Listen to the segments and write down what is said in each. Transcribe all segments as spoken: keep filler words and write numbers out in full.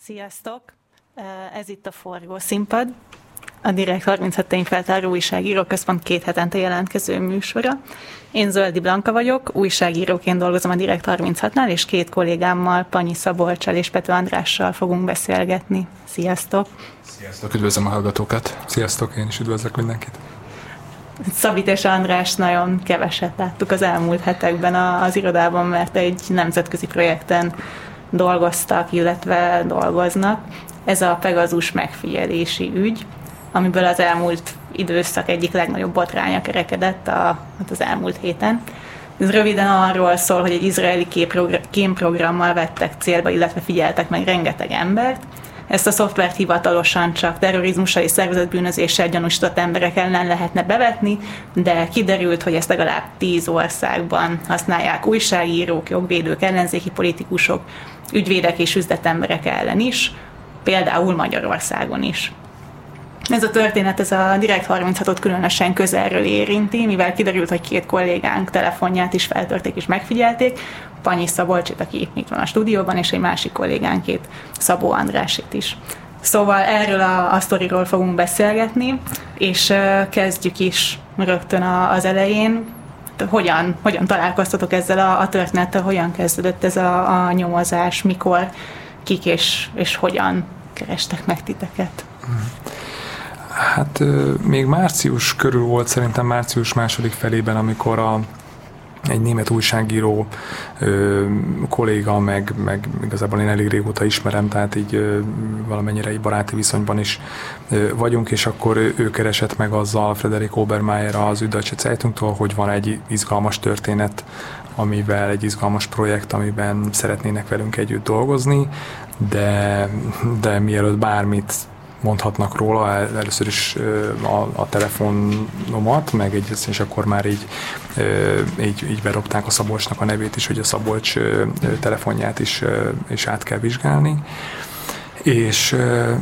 Sziasztok! Ez itt a Forgószínpad, a Direkt harminchat tényfeltáró újságíró központ két hetente jelentkező műsora. Én Zöldi Blanka vagyok, újságíróként dolgozom a Direkt harminchatnál, és két kollégámmal, Panyi Szabolccsal és Pető Andrással fogunk beszélgetni. Sziasztok! Sziasztok! Üdvözlöm a hallgatókat! Sziasztok! Én is üdvözlök mindenkit! Szabit és András nagyon keveset láttuk az elmúlt hetekben az irodában, mert egy nemzetközi projekten dolgoztak, illetve dolgoznak. Ez a Pegazus megfigyelési ügy, amiből az elmúlt időszak egyik legnagyobb botránya kerekedett a, az elmúlt héten. Ez röviden arról szól, hogy egy izraeli kémprogrammal vettek célba, illetve figyeltek meg rengeteg embert. Ezt a szoftvert hivatalosan csak terrorizmussal és szervezetbűnözéssel gyanúsított emberek ellen lehetne bevetni, de kiderült, hogy ezt legalább tíz országban használják újságírók, jogvédők, ellenzéki politikusok, ügyvédek és üzletemberek ellen is, például Magyarországon is. Ez a történet, ez a Direkt harminchatot különösen közelről érinti, mivel kiderült, hogy két kollégánk telefonját is feltörték és megfigyelték, Panyi Szabolcsit, aki itt van a stúdióban, és egy másik kollégánkét, Szabó Andrásét is. Szóval erről a, a sztoriról fogunk beszélgetni, és uh, kezdjük is rögtön a, az elején. Hogyan, hogyan találkoztatok ezzel a, a történettel, hogyan kezdődött ez a, a nyomozás, mikor, kik és, és hogyan kerestek meg titeket? Hát még március körül volt, szerintem március második felében, amikor a, egy német újságíró ö, kolléga, meg, meg igazából én elég régóta ismerem, tehát így ö, valamennyire egy baráti viszonyban is ö, vagyunk, és akkor ő, ő keresett meg azzal Frederik Obermeier az Süddeutsche Zeitungtól, hogy van egy izgalmas történet, amivel egy izgalmas projekt, amiben szeretnének velünk együtt dolgozni, de, de mielőtt bármit mondhatnak róla, először is a, a telefonomat, meg egy, és akkor már így, így, így bedobták a Szabolcsnak a nevét is, hogy a Szabolcs telefonját is, is át kell vizsgálni. És,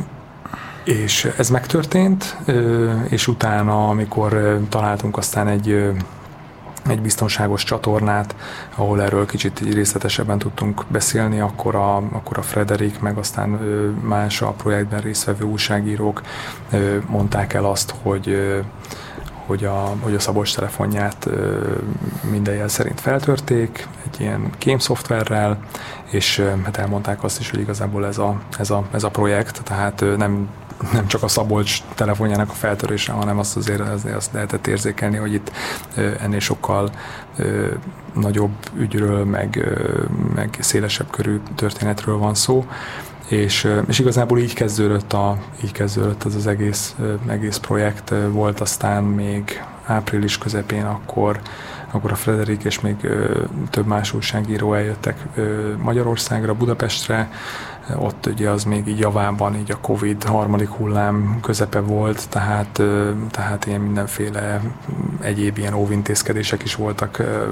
és ez megtörtént, és utána, amikor találtunk aztán egy egy biztonságos csatornát, ahol erről kicsit részletesebben tudtunk beszélni, akkor a, akkor a Frederik, meg aztán más a projektben résztvevő újságírók mondták el azt, hogy, hogy, a, hogy a Szabolcs telefonját minden jel szerint feltörték egy ilyen kémszoftverrel, és hát elmondták azt is, hogy igazából ez a, ez a, ez a projekt, tehát nem nem csak a Szabolcs telefonjának a feltörése, hanem azt azért azért azt lehetett érzékelni, hogy itt ennél sokkal ö, nagyobb ügyről, meg, ö, meg szélesebb körű történetről van szó, és, és igazából így kezdődött, a, így kezdődött az az egész, egész projekt. Volt aztán még április közepén, akkor akkor a Frederik és még ö, több más újságíró eljöttek ö, Magyarországra, Budapestre. Ott ugye az még így javában így a Covid harmadik hullám közepe volt, tehát, ö, tehát ilyen mindenféle egyéb ilyen óvintézkedések is voltak, ö,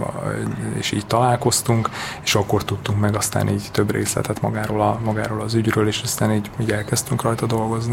és így találkoztunk, és akkor tudtunk meg aztán így több részletet magáról, a, magáról az ügyről, és aztán így, így elkezdtünk rajta dolgozni.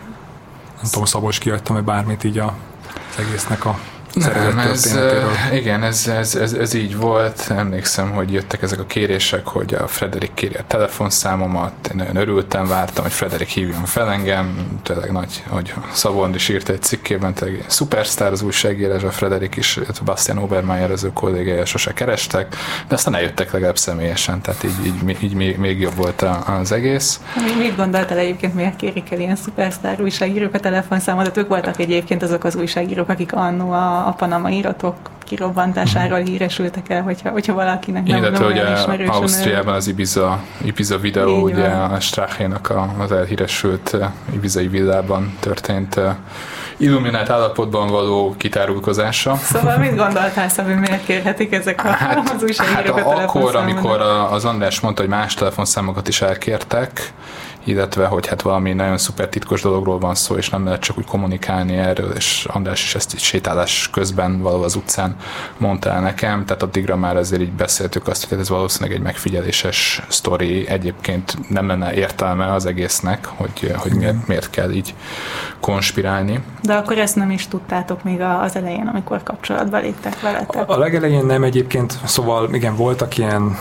Nem tudom, Szabolcs, kiadtam-e bármit így a, az egésznek a Nem, ez, igen, ez, ez, ez, ez így volt. Emlékszem, hogy jöttek ezek a kérések, hogy a Frederik kéri a telefonszámomat. Én nagyon örültem, vártam, hogy Frederik hívjon fel engem. Tényleg nagy, hogy Szabó is írt egy cikkében, tényleg szupersztár az újságírás, a Frederik is, illetve Bastian Obermeier az ő kollégája sose kerestek, de aztán eljöttek legalább személyesen, tehát így, így, így még, még jobb volt az egész. Mit gondoltál egyébként, miért kérik el ilyen szupersztár újságírók a telefonszámot? Ők voltak egyébként azok az újságírók, akik annó a a panama iratok kirobbantásáról híresültek el, hogyha, hogyha valakinek nem illetve olyan ugye ismerősen. Ausztriában az Ibiza, Ibiza videó, így ugye van. A Strachénak az elhíresült Ibizai villában történt illuminált állapotban való kitárulkozása. Szóval mit gondoltál, Szabi, miért kérhetik ezek a, hát, az újságírók hát a akkor, amikor az András mondta, hogy más telefonszámokat is elkértek, illetve, hogy hát valami nagyon szuper titkos dologról van szó, és nem lehet csak úgy kommunikálni erről, és András is ezt így sétálás közben valahol az utcán mondta el nekem, tehát addigra már azért így beszéltük azt, hogy ez valószínűleg egy megfigyeléses sztori, egyébként nem lenne értelme az egésznek, hogy, hogy miért, miért kell így konspirálni. De akkor ezt nem is tudtátok még az elején, amikor kapcsolatba léptek veletek? A legelején nem egyébként, szóval igen, voltak ilyen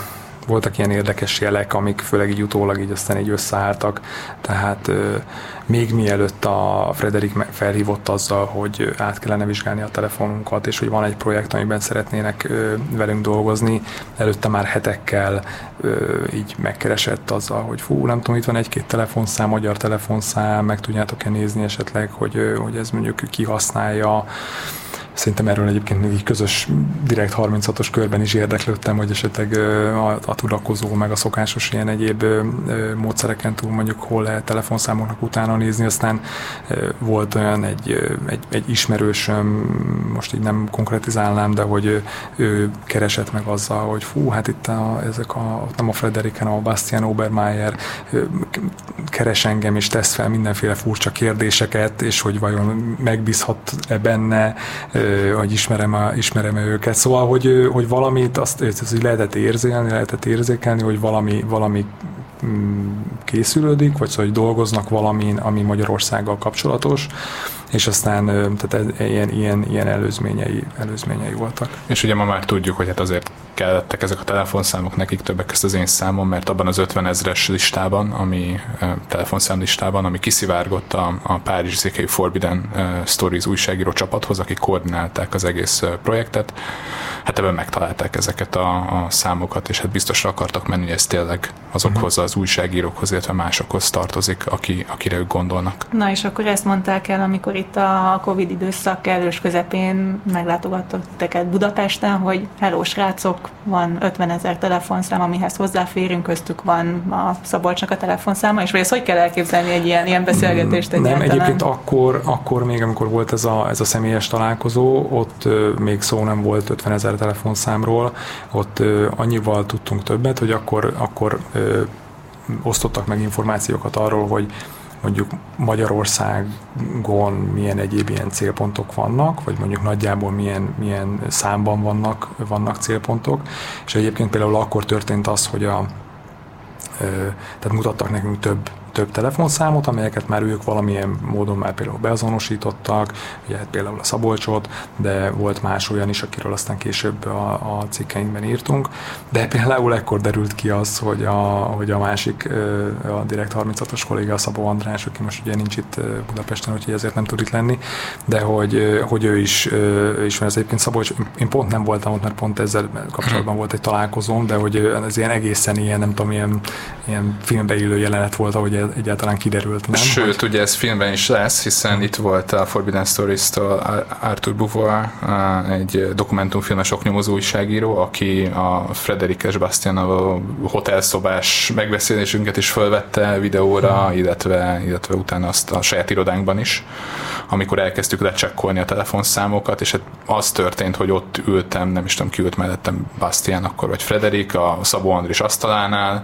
voltak ilyen érdekes jelek, amik főleg így utólag így aztán így összeálltak, tehát még mielőtt a Frederik felhívott azzal, hogy át kellene vizsgálni a telefonunkat, és hogy van egy projekt, amiben szeretnének velünk dolgozni, előtte már hetekkel így megkeresett azzal, hogy fú, nem tudom, itt van egy-két telefonszám, magyar telefonszám, meg tudjátok-e nézni esetleg, hogy, hogy ez mondjuk ki használja. Szerintem erről egyébként még így közös direkt harminchatos körben is érdeklődtem, hogy esetleg a, a tudakozó, meg a szokásos ilyen egyéb módszereken túl mondjuk hol lehet telefonszámoknak utána nézni. Aztán volt olyan egy, egy, egy ismerősöm, most így nem konkretizálnám, de hogy ő keresett meg azzal, hogy fú, hát itt a, ezek a, nem a Frederiken, a Bastian Obermeier keres engem és tesz fel mindenféle furcsa kérdéseket, és hogy vajon megbízhat-e benne, hogy ismerem-e ismerem őket. Szóval, hogy, hogy valamit azt, azt lehetett érzélni, lehetett érzékelni, hogy valami, valami készülődik, vagy szóval, hogy dolgoznak valamin, ami Magyarországgal kapcsolatos, és aztán tehát ilyen, ilyen, ilyen előzményei, előzményei voltak. És ugye ma már tudjuk, hogy hát azért kellettek ezek a telefonszámok nekik, többek között az én számom, mert abban az ötvenezres listában, ami telefonszám listában, ami kiszivárgott a, a Párizsi Székelyű Forbidden Stories újságíró csapathoz, akik koordinálták az egész projektet, hát ebben megtalálták ezeket a, a számokat, és hát biztosra akartak menni, hogy ez tényleg azokhoz az újságírókhoz, illetve másokhoz tartozik, aki, akire ők gondolnak. Na és akkor ezt mondták el, amikor itt a Covid időszak elős közepén meglátogattak teket Budapesten, hogy hello srácok, van ötvenezer telefonszám, amihez hozzáférünk, köztük van a Szabolcsnak a telefonszáma, és vagy ezt hogy kell elképzelni egy ilyen, ilyen beszélgetést egyáltalán? Nem, egyébként akkor, akkor még, amikor volt ez a, ez a személyes találkozó, ott uh, még szó nem volt ötvenezer telefonszámról, ott uh, annyival tudtunk többet, hogy akkor, akkor uh, osztottak meg információkat arról, hogy mondjuk Magyarországon milyen egyéb ilyen célpontok vannak, vagy mondjuk nagyjából milyen, milyen számban vannak, vannak célpontok, és egyébként például akkor történt az, hogy a, tehát mutattak nekünk több több telefonszámot, amelyeket már ők valamilyen módon már például beazonosítottak, ugye hát például a Szabolcsot, de volt más olyan is, akiről aztán később a, a cikkeinkben írtunk, de például ekkor derült ki az, hogy a, hogy a másik, a direkt harminchatos kolléga, a Szabó András, aki most ugye nincs itt Budapesten, úgyhogy ezért nem tud itt lenni, de hogy, hogy ő is, ő is van, ez egyébként Szabolcs, én pont nem voltam ott, mert pont ezzel kapcsolatban volt egy találkozóm, de hogy ez ilyen egészen ilyen, nem tudom, ilyen, ilyen filmbe illő jelenet volt, ahogy egyáltalán kiderült, nem? Sőt, ugye ez filmben is lesz, hiszen itt volt a Forbidden Stories-től Arthur Beauvoir, egy dokumentumfilmes oknyomozó újságíró, aki a Frederik és Bastiannal hotelszobás megbeszélésünket is fölvette videóra, illetve, illetve utána azt a saját irodánkban is, amikor elkezdtük lecsekkolni a telefonszámokat, és hát az történt, hogy ott ültem, nem is tudom, ki ült mellettem, Bastian akkor, vagy Frederik, a Szabó Andris asztalánál,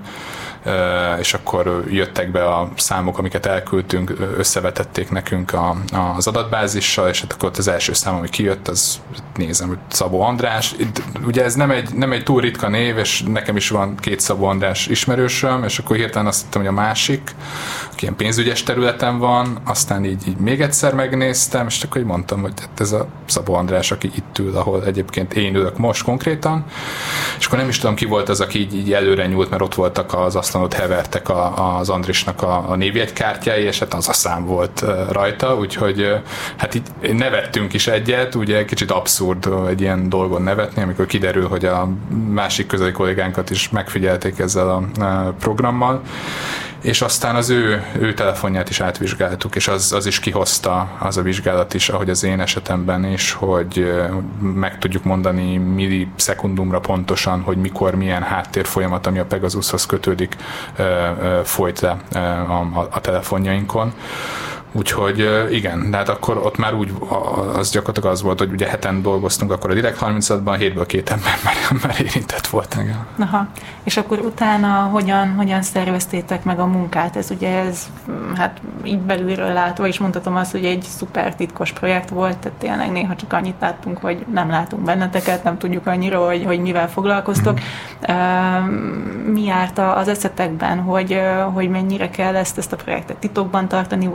és akkor jöttek be a számok, amiket elküldtünk, összevetették nekünk a, az adatbázissal, és hát akkor ott az első szám, ami kijött, az nézem, hogy Szabó András. Ugye ez nem egy, nem egy túl ritka név, és nekem is van két Szabó András ismerősöm, és akkor hirtelen azt hittem, hogy a másik, aki ilyen pénzügyes területen van, aztán így, így még egyszer megnéztem, és akkor így mondtam, hogy hát ez a Szabó András, aki itt ül, ahol egyébként én ülök most konkrétan, és akkor nem is tudom, ki volt az, aki így, így előre nyúlt, mert ott voltak az asztalon, ott hevertek a, az Andrisnak a, a névjegykártyái, és hát az a szám volt rajta, úgyhogy hát így nevettünk is egyet, ugye kicsit abszurd egy ilyen dolgon nevetni, amikor kiderül, hogy a másik közeli kollégánkat is megfigyelték ezzel a programmal, és aztán az ő, ő telefonját is átvizsgáltuk, és az, az is kihozta, az a vizsgálat is, ahogy az én esetemben is, hogy meg tudjuk mondani millisekundumra pontosan, hogy mikor milyen háttérfolyamat, ami a Pegasushoz kötődik, folyt le a, a telefonjainkon. Úgyhogy igen, de hát akkor ott már úgy, az gyakorlatilag az volt, hogy ugye heten dolgoztunk akkor a Direkt harmincadban, hétből két ember már, már érintett volt. Igen. Aha, és akkor utána hogyan, hogyan szerveztétek meg a munkát? Ez ugye ez, hát így belülről látva is mondhatom azt, hogy egy szuper titkos projekt volt, tehát tényleg néha csak annyit láttunk, hogy nem látunk benneteket, nem tudjuk annyira, hogy, hogy mivel foglalkoztok. Mm. Mi járt az eszetekben, hogy, hogy mennyire kell ezt, ezt a projektet titokban tartani, voltak-e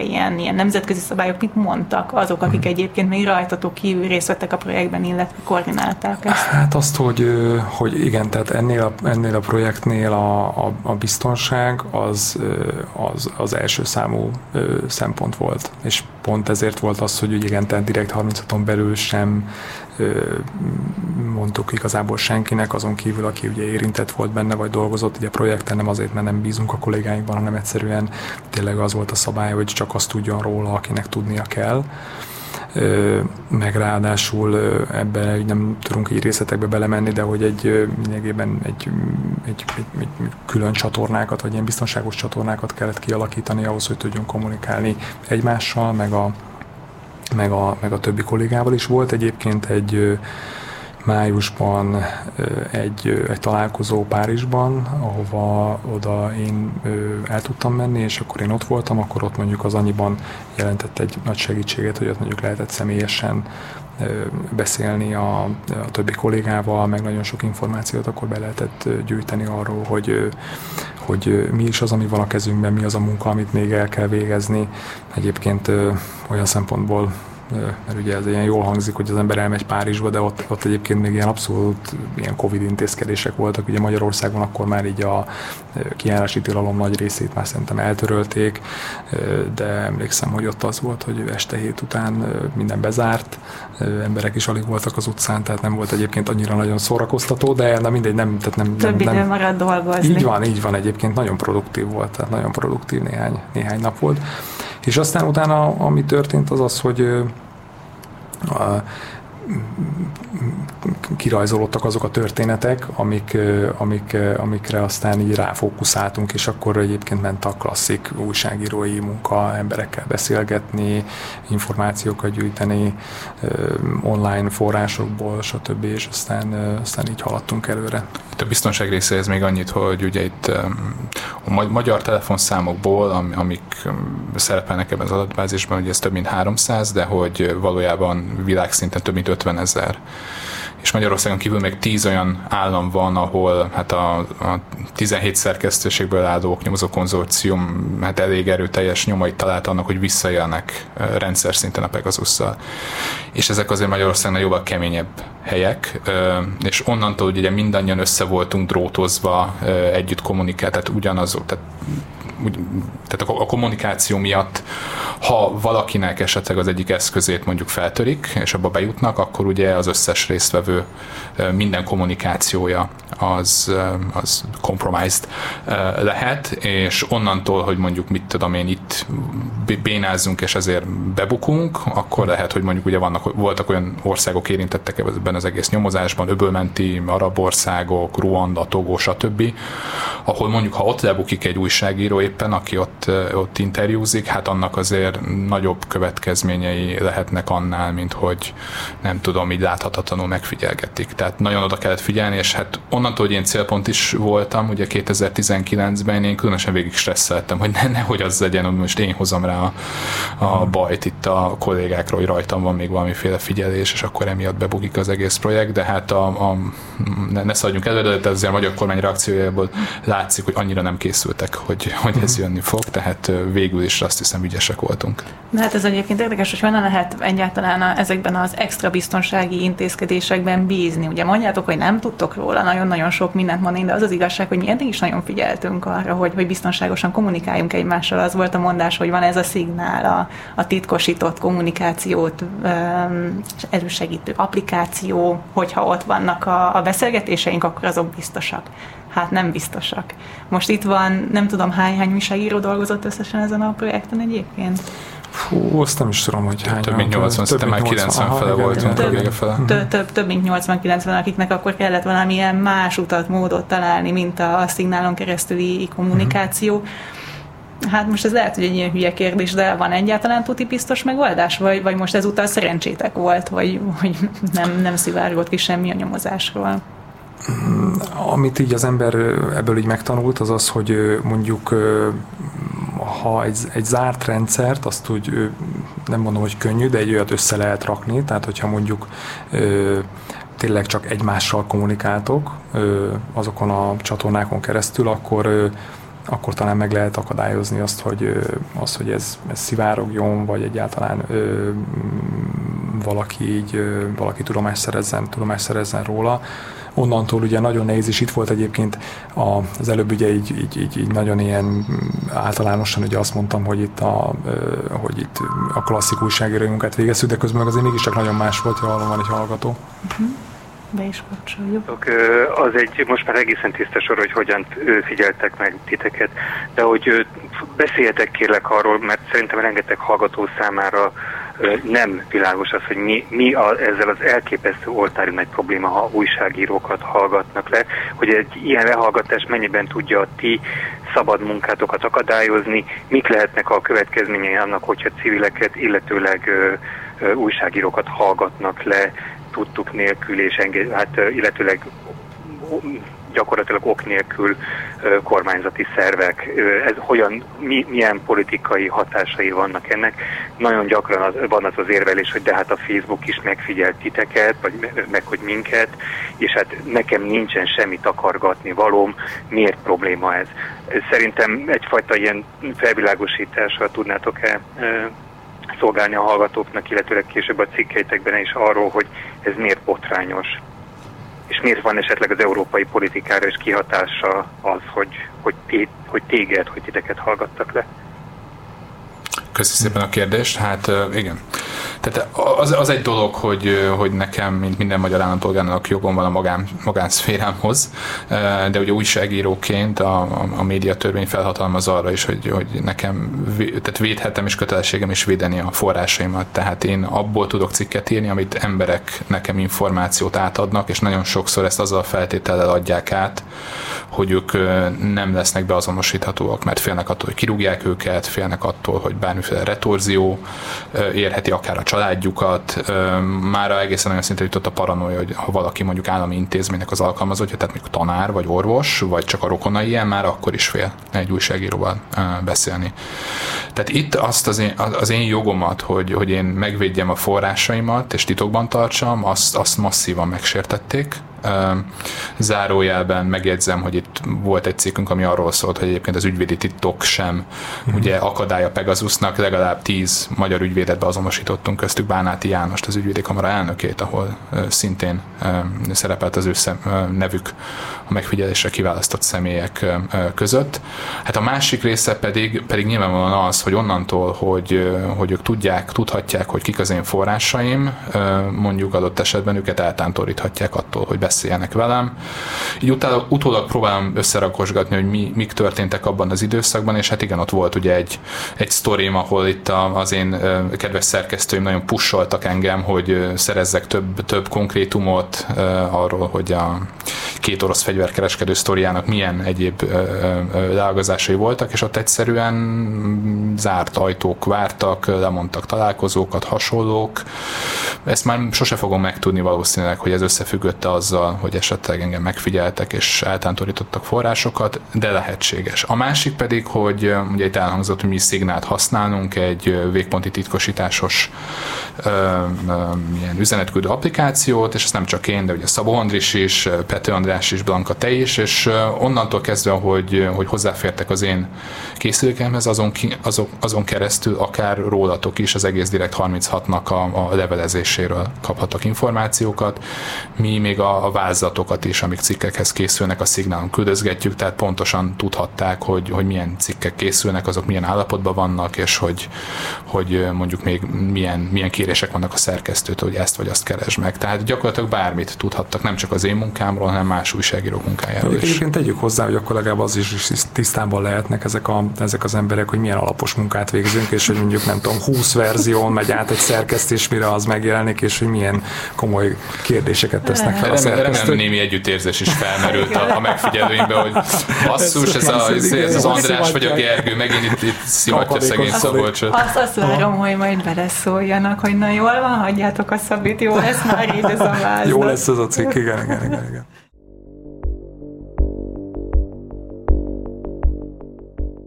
ilyen, ilyen nemzetközi szabályok mit mondtak azok, akik egyébként még rajtatok kívül részt vettek a projektben, illetve koordinálták ezt? Hát azt, hogy, hogy igen, tehát ennél a, ennél a projektnél a, a, a biztonság az, az, az első számú szempont volt, és pont ezért volt az, hogy igen, tehát Direkt harminchaton belül sem mondtuk igazából senkinek, azon kívül, aki ugye érintett volt benne, vagy dolgozott ugye a projekten, nem azért, mert nem bízunk a kollégáinkban, hanem egyszerűen tényleg az volt a szabály, hogy csak azt tudjon róla, akinek tudnia kell. Meg ráadásul ebben nem tudunk így részletekbe belemenni, de hogy egy lényegében egy, egy, egy, egy külön csatornákat, vagy ilyen biztonságos csatornákat kellett kialakítani ahhoz, hogy tudjunk kommunikálni egymással, meg a Meg a, meg a többi kollégával is volt. Egyébként egy májusban egy, egy találkozó Párizsban, ahova oda én el tudtam menni, és akkor én ott voltam, akkor ott mondjuk az annyiban jelentett egy nagy segítséget, hogy ott mondjuk lehetett személyesen beszélni a, a többi kollégával, meg nagyon sok információt akkor be lehetett gyűjteni arról, hogy, hogy mi is az, ami van a kezünkben, mi az a munka, amit még el kell végezni. Egyébként olyan szempontból, mert ugye ez ilyen jól hangzik, hogy az ember elmegy Párizsba, de ott, ott egyébként még ilyen abszolút ilyen Covid intézkedések voltak. Ugye Magyarországon akkor már így a kijárási tilalom nagy részét már szerintem eltörölték, de emlékszem, hogy ott az volt, hogy este hét után minden bezárt, emberek is alig voltak az utcán, tehát nem volt egyébként annyira nagyon szórakoztató, de na mindegy, nem... Tehát nem Több nem, idő maradt dolgozni. Így van, így van, egyébként nagyon produktív volt, tehát nagyon produktív néhány, néhány nap volt. És aztán utána, ami történt, az az, hogy a, kirajzolódtak azok a történetek, amik, amik, amikre aztán így ráfókuszáltunk, és akkor egyébként ment a klasszik újságírói munka, emberekkel beszélgetni, információkat gyűjteni, online forrásokból, stb. És aztán, aztán így haladtunk előre. A biztonság részéhez még annyit, hogy ugye itt a magyar telefonszámokból, amik szerepelnek ebben az adatbázisban, ugye ez több mint háromszáz, de hogy valójában világszinten több mint ötven ezer. És Magyarországon kívül még tíz olyan állam van, ahol hát a, a tizenhét szerkesztőségből álló oknyomozó konzorcium hát elég erőteljes nyomait talált annak, hogy visszaélnek rendszer szinten a Pegasusszal. És ezek azért Magyarországon jóval keményebb helyek, és onnantól, hogy ugye mindannyian össze voltunk drótozva, együtt kommunikált, tehát ugyanazok, tehát úgy, tehát a, a kommunikáció miatt, ha valakinek esetleg az egyik eszközét mondjuk feltörik, és abba bejutnak, akkor ugye az összes résztvevő minden kommunikációja az, az compromised lehet, és onnantól, hogy mondjuk mit tudom én itt bénázzunk, és ezért bebukunk, akkor lehet, hogy mondjuk ugye vannak, voltak olyan országok érintettek ebben az egész nyomozásban, öbölmenti arab országok, Ruanda, Togo, stb., ahol mondjuk, ha ott lebukik egy újságíró éppen, aki ott, ott interjúzik, hát annak azért nagyobb következményei lehetnek annál, mint hogy nem tudom, így láthatatlanul megfigyelgetik. Tehát nagyon oda kellett figyelni, és hát onnantól, hogy én célpont is voltam, ugye kétezer-tizenkilencben én különösen végig stresszeltem, hogy ne, nehogy az legyen, hogy most én hozom rá a, a bajt itt a kollégákra, hogy rajtam van még valamiféle figyelés, és akkor emiatt bebukik az egész projekt, de hát a, a, ne, ne szaladjunk előre, de azért a magyar kormány reakciójából látszik, hogy annyira nem készültek, hogy, hogy ez jönni fog, tehát végül is azt hiszem ügyesek voltunk. De hát ez egyébként érdekes, hogy honnan lehet egyáltalán a, ezekben az extra biztonsági intézkedésekben bízni. Ugye mondjátok, hogy nem tudtok róla nagyon-nagyon sok mindent mondani, de az az igazság, hogy mi eddig is nagyon figyeltünk arra, hogy, hogy biztonságosan kommunikáljunk egymással. Az volt a mondás, hogy van ez a szignál, a, a titkosított kommunikációt um, elősegítő applikáció, hogyha ott vannak a, a beszélgetéseink, akkor azok biztosak. Hát nem biztosak. Most itt van, nem tudom hány, hány újságíró dolgozott összesen ezen a projekten egyébként? Fú, azt nem is tudom, hogy hány. Több mint nyolcvan, szerintem már kilencven fele voltunk a vége fele. Több mint nyolcvan-kilencven, akiknek akkor kellett valamilyen más utat, módot találni, mint a szignálon keresztüli kommunikáció. Hát most ez lehet, hogy egy ilyen hülye kérdés, de van egyáltalán tuti biztos megoldás? Vagy, vagy most ezúttal szerencsétek volt, hogy, hogy nem, nem szivárgott ki semmi a nyomozásról? Amit így az ember ebből így megtanult, az az, hogy mondjuk ha egy, egy zárt rendszert, azt úgy nem mondom, hogy könnyű, de egy olyat össze lehet rakni, tehát hogyha mondjuk tényleg csak egymással kommunikáltok azokon a csatornákon keresztül, akkor akkor talán meg lehet akadályozni azt, hogy, azt, hogy ez, ez szivárogjon, vagy egyáltalán ö, valaki így, ö, valaki tudomást szerezzen, tudomást szerezzen róla. Onnantól ugye nagyon nehéz, és itt volt egyébként az előbb ugye így, így, így, így nagyon ilyen általánosan ugye azt mondtam, hogy itt a, hogy itt a klasszik újságírói munkát végeztük, de közben azért mégiscsak nagyon más volt, jól van egy hallgató. Uh-huh. Be is kapcsoljuk. Az egy most már egészen tiszta sor, hogy hogyan figyeltek meg titeket, de hogy beszéljetek kérlek arról, mert szerintem rengeteg hallgató számára nem világos az, hogy mi, mi a, ezzel az elképesztő oltári nagy probléma, ha újságírókat hallgatnak le, hogy egy ilyen lehallgatás mennyiben tudja a ti szabad munkátokat akadályozni, mik lehetnek a következményei annak, hogyha civileket, illetőleg ö, ö, újságírókat hallgatnak le tudtuk nélkül, és enged, hát, illetőleg gyakorlatilag ok nélkül kormányzati szervek. Ez hogyan, mi, milyen politikai hatásai vannak ennek? Nagyon gyakran az, van az az érvelés, hogy de hát a Facebook is megfigyelt titeket, vagy meg hogy minket, és hát nekem nincsen semmi takargatni valóm. Miért probléma ez? Szerintem egyfajta ilyen felvilágosítással tudnátok-e szolgálni a hallgatóknak, illetőleg később a cikkeitekben is arról, hogy ez miért botrányos. És miért van esetleg az európai politikára is kihatása az, hogy, hogy, té, hogy téged, hogy titeket hallgattak le? Köszönöm szépen a kérdést. Hát igen. Tehát az, az egy dolog, hogy, hogy nekem, mint minden magyar állampolgárnak jogom van a magán, magánszférámhoz, de ugye újságíróként a, a, a médiatörvény felhatalmaz arra is, hogy, hogy nekem tehát védhetem és kötelességem is védeni a forrásaimat. Tehát én abból tudok cikket írni, amit emberek nekem információt átadnak, és nagyon sokszor ezt azzal a feltétellel adják át, hogy ők nem lesznek beazonosíthatóak, mert félnek attól, hogy kirúgják őket, félnek attól, hogy bármiféle retorzió érheti akár a családjukat. Mára egészen olyan szintre jutott a paranoia, hogy ha valaki mondjuk állami intézménynek az alkalmazottja, tehát mondjuk tanár, vagy orvos, vagy csak a rokonai ilyen, már akkor is fél egy újságíróval beszélni. Tehát itt azt az én, az én jogomat, hogy, hogy én megvédjem a forrásaimat, és titokban tartsam, azt, azt masszívan megsértették. Zárójelben megjegyzem, hogy itt volt egy cikkünk, ami arról szólt, hogy egyébként az ügyvédi titok sem mm-hmm. ugye akadály a Pegasusnak, legalább tíz magyar ügyvédet beazonosítottunk, köztük Bánáti Jánost, az ügyvédi kamara elnökét, ahol szintén szerepelt az ő szem, nevük a megfigyelésre kiválasztott személyek között. Hát a másik része pedig, pedig nyilvánvalóan az, hogy onnantól, hogy, hogy ők tudják, tudhatják, hogy kik az én forrásaim, mondjuk adott esetben őket eltántoríthatják attól, hogy beszéljenek velem. Így utána, utólag próbálom összerakosgatni, hogy mi, mik történtek abban az időszakban, és hát igen, ott volt ugye egy, egy sztorim, ahol itt az én kedves szerkesztőim nagyon pusholtak engem, hogy szerezzek több, több konkrétumot arról, hogy a két orosz fegyverkereskedő sztoriának milyen egyéb leágazásai voltak, és ott egyszerűen zárt ajtók vártak, lemondtak találkozókat, hasonlók. Ezt már sose fogom megtudni valószínűleg, hogy ez összefüggött azzal, hogy esetleg engem megfigyeltek és eltántorítottak forrásokat, de lehetséges. A másik pedig, hogy ugye itt elhangzott, hogy mi szignált használunk, egy végponti titkosításos ö, ö, ilyen üzenetküldő applikációt, és ez nem csak én, de ugye Szabó Andris is, Pető András is, Blanka, te is, és onnantól kezdve, hogy, hogy hozzáfértek az én készülékemhez, azon, ki, azon, azon keresztül akár rólatok is az egész Direkt harminchatnak a, a levelezéséről kaphattak információkat. Mi még a, a vázlatokat is, amik cikkekhez készülnek, a szignálon küldözgetjük, tehát pontosan tudhatták, hogy, hogy milyen cikkek készülnek, azok milyen állapotban vannak, és hogy, hogy mondjuk még milyen, milyen kérések vannak a szerkesztőtől, hogy ezt vagy azt keresd meg. Tehát gyakorlatilag bármit tudhattak, nem csak az én munkámról, hanem más újságírók munkájáról is. Egyébként tegyük hozzá, hogy akkor legalább az is tisztában lehetnek ezek, a, ezek az emberek, hogy milyen alapos munkát végzünk, és hogy mondjuk nem tudom, húsz verzión megy át egy szerkesztés, mire az megjelenik, és hogy milyen komoly kérdéseket tesznek fel a szerkesztők. Remélem némi együttérzés is felmerült a, a megfigyelőimben, hogy basszus, ez, a, ez, ez az András vagy a Gergő, megint itt, itt szivatja szegény Szabolcsot. Azt, azt várom, hogy majd beleszóljanak, hogy na jól van, hagyjátok a Szabit, jó lesz már így ez a vázlat. Jó lesz ez a cikk, igen, igen, igen, igen.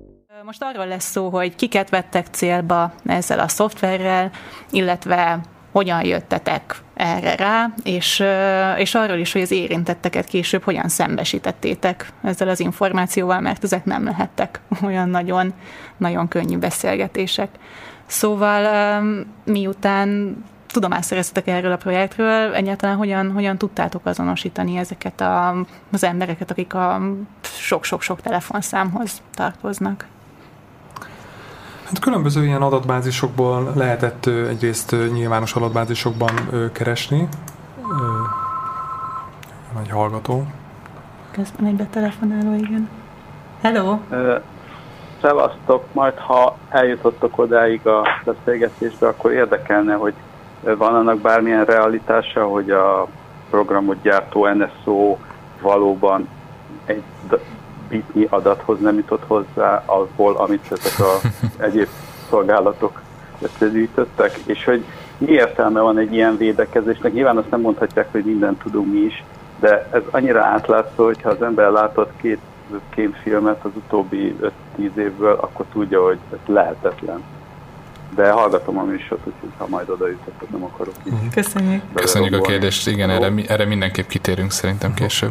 Most arról lesz szó, hogy kiket vettek célba ezzel a szoftverrel, illetve hogyan jöttetek erre rá, és, és arról is, hogy az érintetteket később hogyan szembesítettétek ezzel az információval, mert ezek nem lehettek olyan nagyon, nagyon könnyű beszélgetések. Szóval miután tudomást szereztetek erről a projektről, egyáltalán hogyan, hogyan tudtátok azonosítani ezeket a, az embereket, akik a sok-sok-sok telefonszámhoz tartoznak? Hát különböző ilyen adatbázisokból lehetett egyrészt nyilvános adatbázisokban keresni. Egy hallgató. Közben egy betelefonáló, igen. Hello! Szevasztok, majd ha eljutottok odáig a beszélgetésbe, akkor érdekelne, hogy van annak bármilyen realitása, hogy a programot gyártó en es o valóban egy bitnyi adathoz nem jutott hozzá, abból, amit ezek az egyéb szolgálatok összegyűjtöttek, és hogy mi értelme van egy ilyen védekezésnek. Nyilván azt nem mondhatják, hogy mindent tudunk mi is, de ez annyira átlátszó, hogyha az ember látott két kémfilmet az utóbbi öt-tíz évből, akkor tudja, hogy ez lehetetlen. De hallgatom a műsort, úgyhogy ha majd oda jutottak, nem akarok így. Köszönjük. Köszönjük a kérdést, igen, erre, erre mindenképp kitérünk szerintem később.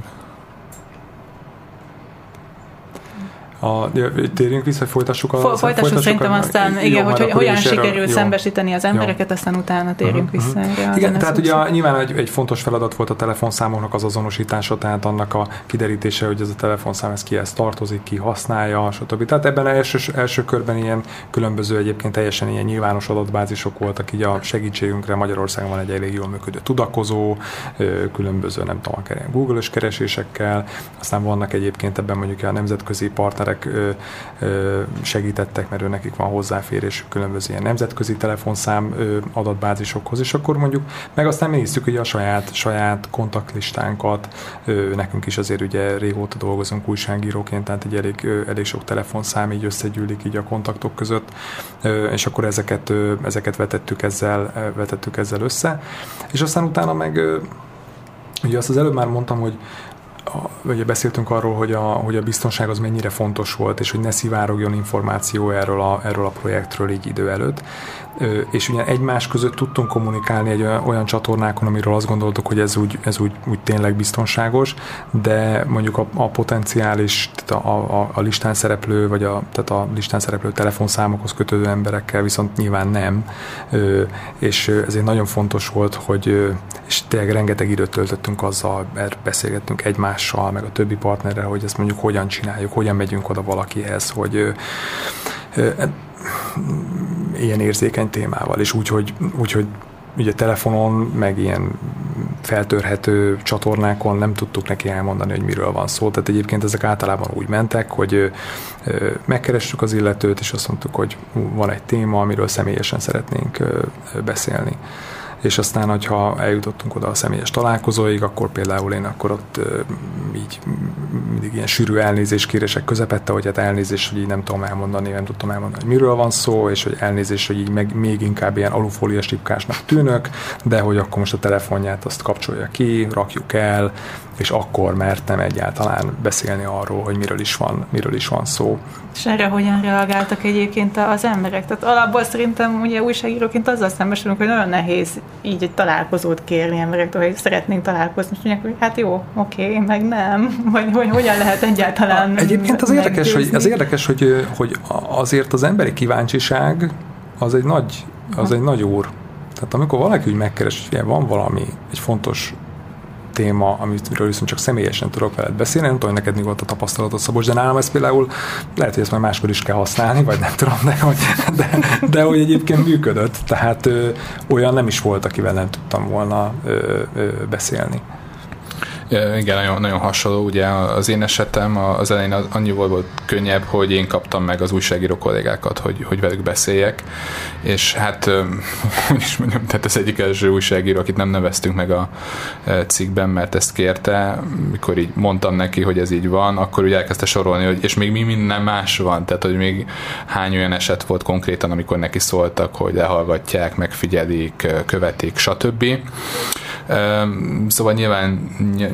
A, térjünk vissza, folytassuk a... Fo- folytassuk szerintem aztán, igen, jó, hogy, hogy hogyan sikerült szembesíteni az embereket, jó. Aztán utána térjünk uh-huh, vissza uh-huh. erre. Igen, tehát ugye a, nyilván egy, egy fontos feladat volt a telefonszámoknak az azonosítása, tehát annak a kiderítése, hogy ez a telefonszám, ez kihez tartozik, ki használja, stb. Tehát ebben az első, első körben ilyen különböző egyébként teljesen ilyen nyilvános adatbázisok voltak, így a segítségünkre Magyarországon van egy elég jól működő tudakozó, különböző, nem tudom, akár Google-ös keresésekkel, aztán vannak egyébként ebben mondjuk a nemzetközi partnerek segítettek, mert ő nekik van hozzáférés különböző ilyen nemzetközi telefonszám adatbázisokhoz, és akkor mondjuk meg aztán néztük ugye a saját, saját kontaktlistánkat, nekünk is azért ugye régóta dolgozunk újságíróként, tehát egy elég, elég sok telefonszám így összegyűlik így a kontaktok között, és akkor ezeket, ezeket vetettük ezzel, vetettük ezzel össze, és aztán utána meg ugye azt az előbb már mondtam, hogy ugye beszéltünk arról, hogy a, hogy a biztonság az mennyire fontos volt, és hogy ne szivárogjon információ erről a, erről a projektről így idő előtt. És ugye egymás között tudtunk kommunikálni egy olyan, olyan csatornákon, amiről azt gondoltuk, hogy ez úgy, ez úgy, úgy tényleg biztonságos, de mondjuk a, a potenciális, tehát a, a, a listán szereplő, vagy a, tehát a listán szereplő telefonszámokhoz kötődő emberekkel viszont nyilván nem. És ezért nagyon fontos volt, hogy és tényleg rengeteg időt töltöttünk azzal, mert beszélgettünk egymással, meg a többi partnerrel, hogy ezt mondjuk hogyan csináljuk, hogyan megyünk oda valakihez, hogy ilyen érzékeny témával, és úgy, hogy, úgy, hogy ugye telefonon, meg ilyen feltörhető csatornákon nem tudtuk neki elmondani, hogy miről van szó. Tehát egyébként ezek általában úgy mentek, hogy megkerestük az illetőt, és azt mondtuk, hogy van egy téma, amiről személyesen szeretnénk beszélni. És aztán, hogyha eljutottunk oda a személyes találkozóig, akkor például én akkor ott így mindig ilyen sűrű elnézéskérések közepette, hogy hát elnézést, hogy így nem tudom elmondani, nem tudtam elmondani, hogy miről van szó, és hogy elnézést, hogy így meg, még inkább ilyen alufóliás tipkásnak tűnök, de hogy akkor most a telefonját azt kapcsolja ki, rakjuk el, és akkor mertem egyáltalán beszélni arról, hogy miről is van, miről is van szó. És erre hogyan reagáltak egyébként az emberek? Tehát alapból szerintem ugye újságíróként azzal szembesülünk, hogy nagyon nehéz így egy találkozót kérni emberektől, hogy szeretnénk találkozni, és mondják, hogy hát jó, oké, meg nem. Vagy hogy hogyan lehet egyáltalán egyébként az érdekes, hogy, az érdekes, hogy, hogy azért az emberi kíváncsiság az egy nagy, az egy nagy úr. Tehát amikor valaki úgy megkeres, hogy van valami, egy fontos téma, amiről viszont csak személyesen tudok veled beszélni, nem tudom, hogy neked mi volt a tapasztalatod, Szabolcs, de nálam ez például lehet, hogy ezt már máskor is kell használni, vagy nem tudom, de hogy, de, de hogy egyébként működött, tehát ö, olyan nem is volt, akivel nem tudtam volna ö, ö, beszélni. Igen, nagyon, nagyon hasonló. Ugye az én esetem az elején annyi volt könnyebb, hogy én kaptam meg az újságíró kollégákat, hogy, hogy velük beszéljek, és hát úgy is mondjam, tehát az egyik első újságíró, akit nem neveztünk meg a cikkben, mert ezt kérte, mikor így mondtam neki, hogy ez így van, akkor úgy elkezdte sorolni, hogy és még mi minden más van, tehát hogy még hány olyan eset volt konkrétan, amikor neki szóltak, hogy lehallgatják, megfigyelik, követik, stb. Szóval nyilván,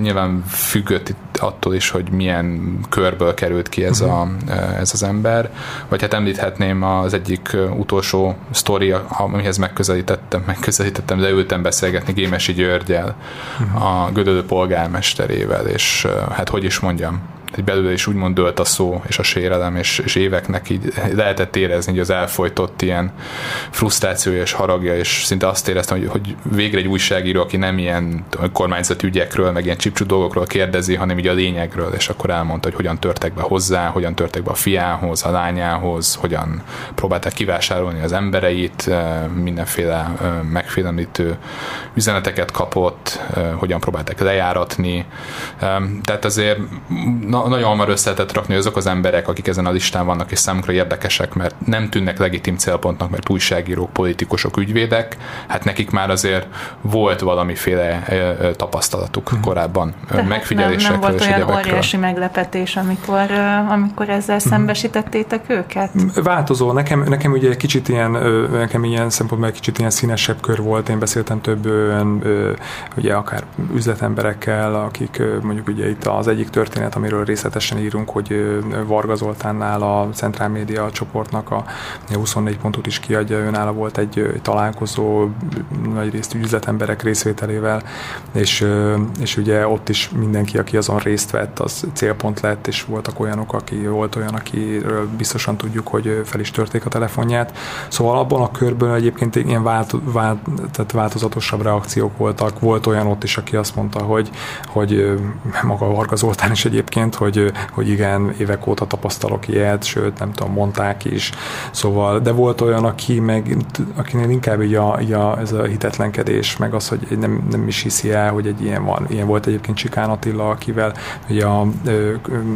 nyilván függött attól is, hogy milyen körből került ki ez, a, ez az ember. Vagy hát említhetném az egyik utolsó sztori, amihez megközelítettem, megközelítettem, de ültem beszélgetni Gémesi Györggyel, a Gödöllő polgármesterével, és hát hogy is mondjam, hogy belőle is úgymond dőlt a szó és a sérelem, és, és éveknek így lehetett érezni hogy az elfojtott ilyen frusztrációja és haragja, és szinte azt éreztem, hogy, hogy végre egy újságíró, aki nem ilyen kormányzati ügyekről, meg ilyen csipcsú dolgokról kérdezi, hanem így a lényegről, és akkor elmondta, hogy hogyan törtek be hozzá, hogyan törtek be a fiához, a lányához, hogyan próbálták kivásárolni az embereit, mindenféle megfélemlítő üzeneteket kapott, hogyan próbálták lejáratni. Tehát azért nagyon hamar össze lehetett rakni, hogy azok az emberek, akik ezen a listán vannak, és számukra érdekesek, mert nem tűnnek legitim célpontnak, mert újságírók, politikusok, ügyvédek, hát nekik már azért volt valamiféle tapasztalatuk hmm. korábban, tehát megfigyelésekről. Nem, nem volt olyan óriási meglepetés, amikor, amikor ezzel hmm. szembesítettétek őket? Változó. Nekem, nekem ugye kicsit ilyen, nekem ilyen szempontból egy kicsit ilyen színesebb kör volt. Én beszéltem több olyan, ugye akár üzletemberekkel, akik mondjuk ugye itt az egyik történet, amiről részletesen írunk, hogy Varga Zoltánnál a Centrál Média csoportnak a huszonnégy pontot is kiadja, őnála volt egy, egy találkozó nagyrészt üzletemberek részvételével, és, és ugye ott is mindenki, aki azon részt vett, az célpont lett, és voltak olyanok, aki volt olyan, akiről biztosan tudjuk, hogy fel is törték a telefonját. Szóval abban a körből egyébként ilyen vált, vált, tehát változatosabb reakciók voltak. Volt olyan ott is, aki azt mondta, hogy, hogy maga Varga Zoltán is egyébként, hogy, hogy igen, évek óta tapasztalok ilyet, sőt, nem tudom, mondták is. Szóval, de volt olyan, aki meg, akinél inkább így a, így a, ez a hitetlenkedés, meg az, hogy nem, nem is hiszi el, hogy egy ilyen van. Ilyen volt egyébként Csikán Attila, akivel ugye a ö,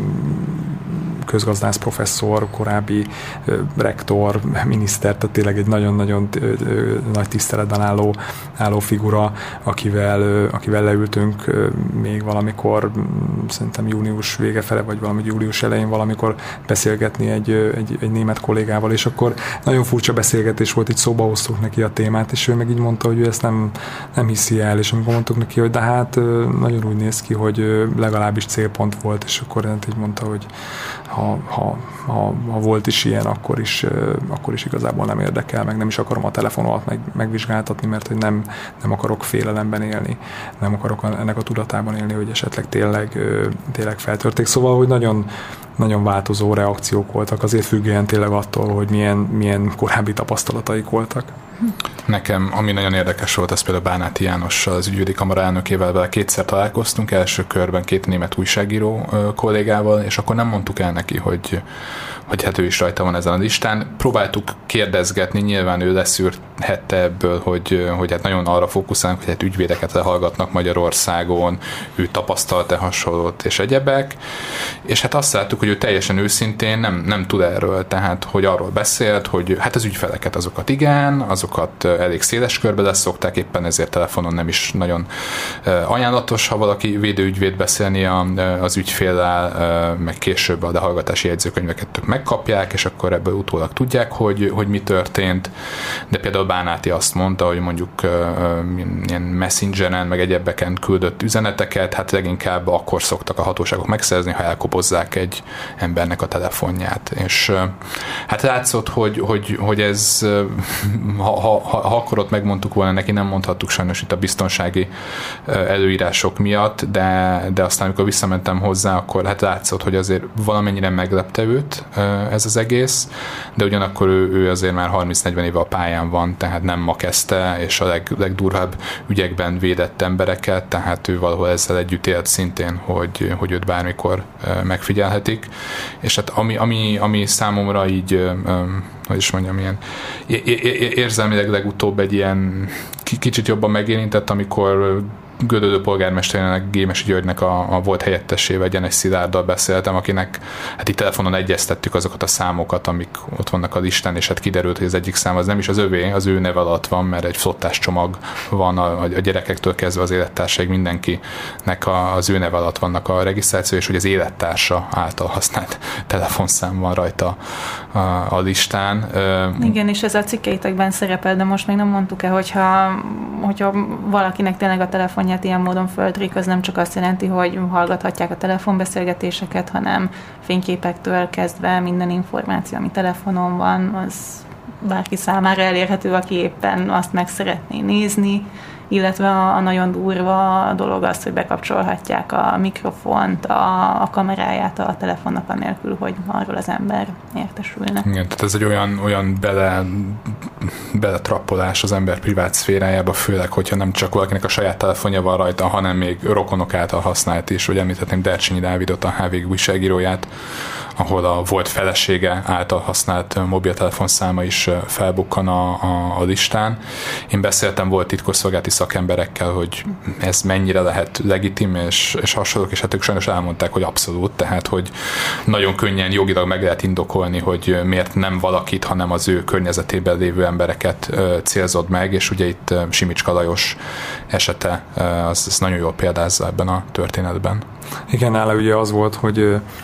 közgazdász professzor, korábbi ö, rektor, miniszter, tehát tényleg egy nagyon-nagyon ö, ö, nagy tiszteletben álló, álló figura, akivel, ö, akivel leültünk ö, még valamikor, szerintem június vége fele, vagy valami július elején valamikor beszélgetni egy, egy, egy német kollégával, és akkor nagyon furcsa beszélgetés volt, így szóba hoztuk neki a témát, és ő meg így mondta, hogy ő ezt nem, nem hiszi el, és amikor mondtuk neki, hogy de hát nagyon úgy néz ki, hogy legalábbis célpont volt, és akkor így mondta, hogy ha, ha, ha, ha volt is ilyen, akkor is, akkor is igazából nem érdekel, meg nem is akarom a telefonomat meg, megvizsgáltatni, mert hogy nem, nem akarok félelemben élni, nem akarok ennek a tudatában élni, hogy esetleg tényleg, tényleg feltörték. Szóval, hogy nagyon, nagyon változó reakciók voltak, azért függően tényleg attól, hogy milyen, milyen korábbi tapasztalataik voltak. Nekem, ami nagyon érdekes volt, az például Bánáti Jánossal, az ügyvédi kamara elnökével vele kétszer találkoztunk, első körben két német újságíró kollégával, és akkor nem mondtuk el neki, hogy, hogy hát ő is rajta van ezen a listán. Próbáltuk kérdezgetni, nyilván ő leszűrhette ebből, hogy, hogy hát nagyon arra fókuszálunk, hogy hát ügyvédeket lehallgatnak Magyarországon, ő tapasztalt-e hasonlót és egyebek, és hát azt láttuk, hogy ő teljesen őszintén nem, nem tud erről, tehát hogy arról beszélt, hogy hát az ügyfeleket azokat igen, azokat elég széles körbe lesz szokták, éppen ezért telefonon nem is nagyon ajánlatos, ha valaki védőügyvéd beszélni az ügyféllel, meg később a lehallgatási jegyzőkönyveket tök megkapják, és akkor ebből utólag tudják, hogy, hogy mi történt. De például Bánáti azt mondta, hogy mondjuk ilyen messengeren, meg egyebeken küldött üzeneteket, hát leginkább akkor szoktak a hatóságok megszerzni, ha elkobozzák egy embernek a telefonját. És hát látszott, hogy, hogy, hogy ez ha, ha, ha akkor ott megmondtuk volna neki, nem mondhattuk sajnos itt a biztonsági előírások miatt, de, de aztán amikor visszamentem hozzá, akkor hát látszott, hogy azért valamennyire meglepte őt ez az egész, de ugyanakkor ő, ő azért már harminc-negyven éve a pályán van, tehát nem ma kezdte, és a leg, legdurvább ügyekben védett embereket, tehát ő valahol ezzel együtt élt szintén, hogy, hogy őt bármikor megfigyelhetik. És hát ami, ami, ami számomra így hogy is mondjam, ilyen érzelmileg legutóbb egy ilyen kicsit jobban megérintett, amikor Gödöllő polgármesterének, Gémesi Györgynek a, a volt helyettesével, Gyenes Szilárddal beszéltem, akinek hát itt telefonon egyeztettük azokat a számokat, amik ott vannak a listán, és hát kiderült, hogy az egyik szám az nem is az övé, az ő neve alatt van, mert egy flottás csomag van a, a gyerekektől kezdve az élettársaig, mindenkinek a, az ő neve alatt vannak a regisztráció, és hogy az élettársa által használt telefonszám van rajta a, a listán. Igen, és ez a cikkeitekben szerepel, de most még nem mondtuk el, hogyha, hogyha valakinek tényleg a telefonja teljesítményét ilyen módon föltörik, az nem csak azt jelenti, hogy hallgathatják a telefonbeszélgetéseket, hanem fényképektől kezdve minden információ, ami telefonon van, az bárki számára elérhető, aki éppen azt meg szeretné nézni, illetve a, a nagyon durva dolog az, hogy bekapcsolhatják a mikrofont, a, a kameráját a telefonnak anélkül, hogy arról az ember értesülne. Igen, tehát ez egy olyan, olyan bele, beletrappolás az ember privát szférájába, főleg, hogyha nem csak valakinek a saját telefonja van rajta, hanem még rokonok által használt is, vagy említhetném Dercsényi Dávidot, a há vé újságíróját, ahol a volt felesége által használt mobiltelefonszáma is felbukkan a, a, a listán. Én beszéltem volt titkosszolgálati szakemberekkel, hogy ez mennyire lehet legitim, és, és hasonlók, és hát ők sajnos elmondták, hogy abszolút, tehát, hogy nagyon könnyen jogilag meg lehet indokolni, hogy miért nem valakit, hanem az ő környezetében lévő embereket célzod meg, és ugye itt Simicska Lajos esete az, az nagyon jól példázza ebben a történetben. Igen, nála ugye az volt, hogy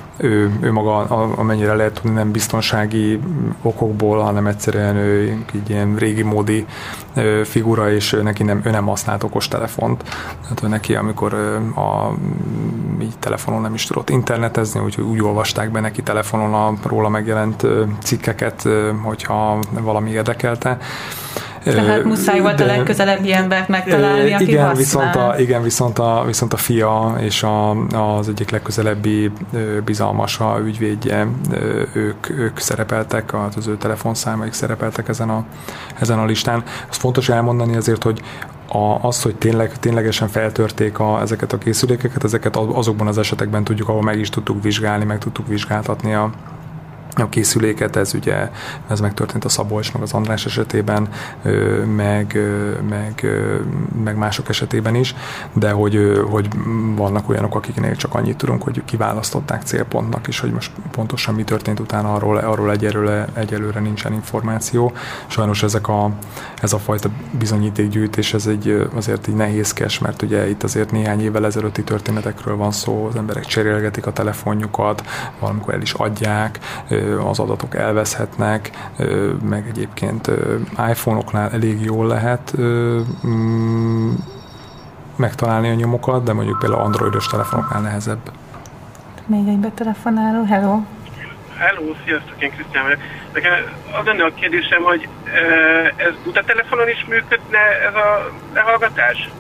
ő, ő maga amennyire lehet tudni nem biztonsági okokból, hanem egyszerűen ő így ilyen régi módi figura, és neki nem, ő nem használt okostelefont. Tehát ő neki, amikor a, így telefonon nem is tudott internetezni, úgyhogy úgy olvasták be neki telefonon a róla megjelent cikkeket, hogyha valami érdekelte. Tehát muszáj volt de, a legközelebbi embert megtalálni, aki igen, használ. Viszont a, igen, viszont a, viszont a fia és a, az egyik legközelebbi bizalmasa, ügyvédje, ők, ők szerepeltek, az ő telefonszámaik szerepeltek ezen a, ezen a listán. Az fontos elmondani azért, hogy a, az, hogy tényleg, ténylegesen feltörték a, ezeket a készülékeket, ezeket azokban az esetekben tudjuk, ahol meg is tudtuk vizsgálni, meg tudtuk vizsgáltatni a a készüléket, ez ugye, ez megtörtént a Szabolcs, meg az András esetében, meg, meg, meg mások esetében is, de hogy, hogy vannak olyanok, akiknél csak annyit tudunk, hogy kiválasztották célpontnak, és hogy most pontosan mi történt utána, arról, arról egyelőre, egyelőre nincsen információ. Sajnos ezek a, ez a fajta bizonyítékgyűjtés, ez egy azért így nehézkes, mert ugye itt azért néhány évvel ezelőtti történetekről van szó, az emberek cserélgetik a telefonjukat, valamikor el is adják, az adatok elveszhetnek, meg egyébként iPhone-oknál elég jól lehet megtalálni a nyomokat, de mondjuk például androidos telefonoknál nehezebb. Még egy betelefonáló, hello! Hello, sziasztok, én Krisztián vagyok. Nekem az lenne a kérdésem, hogy ez buta telefonon is működne ez a lehallgatás?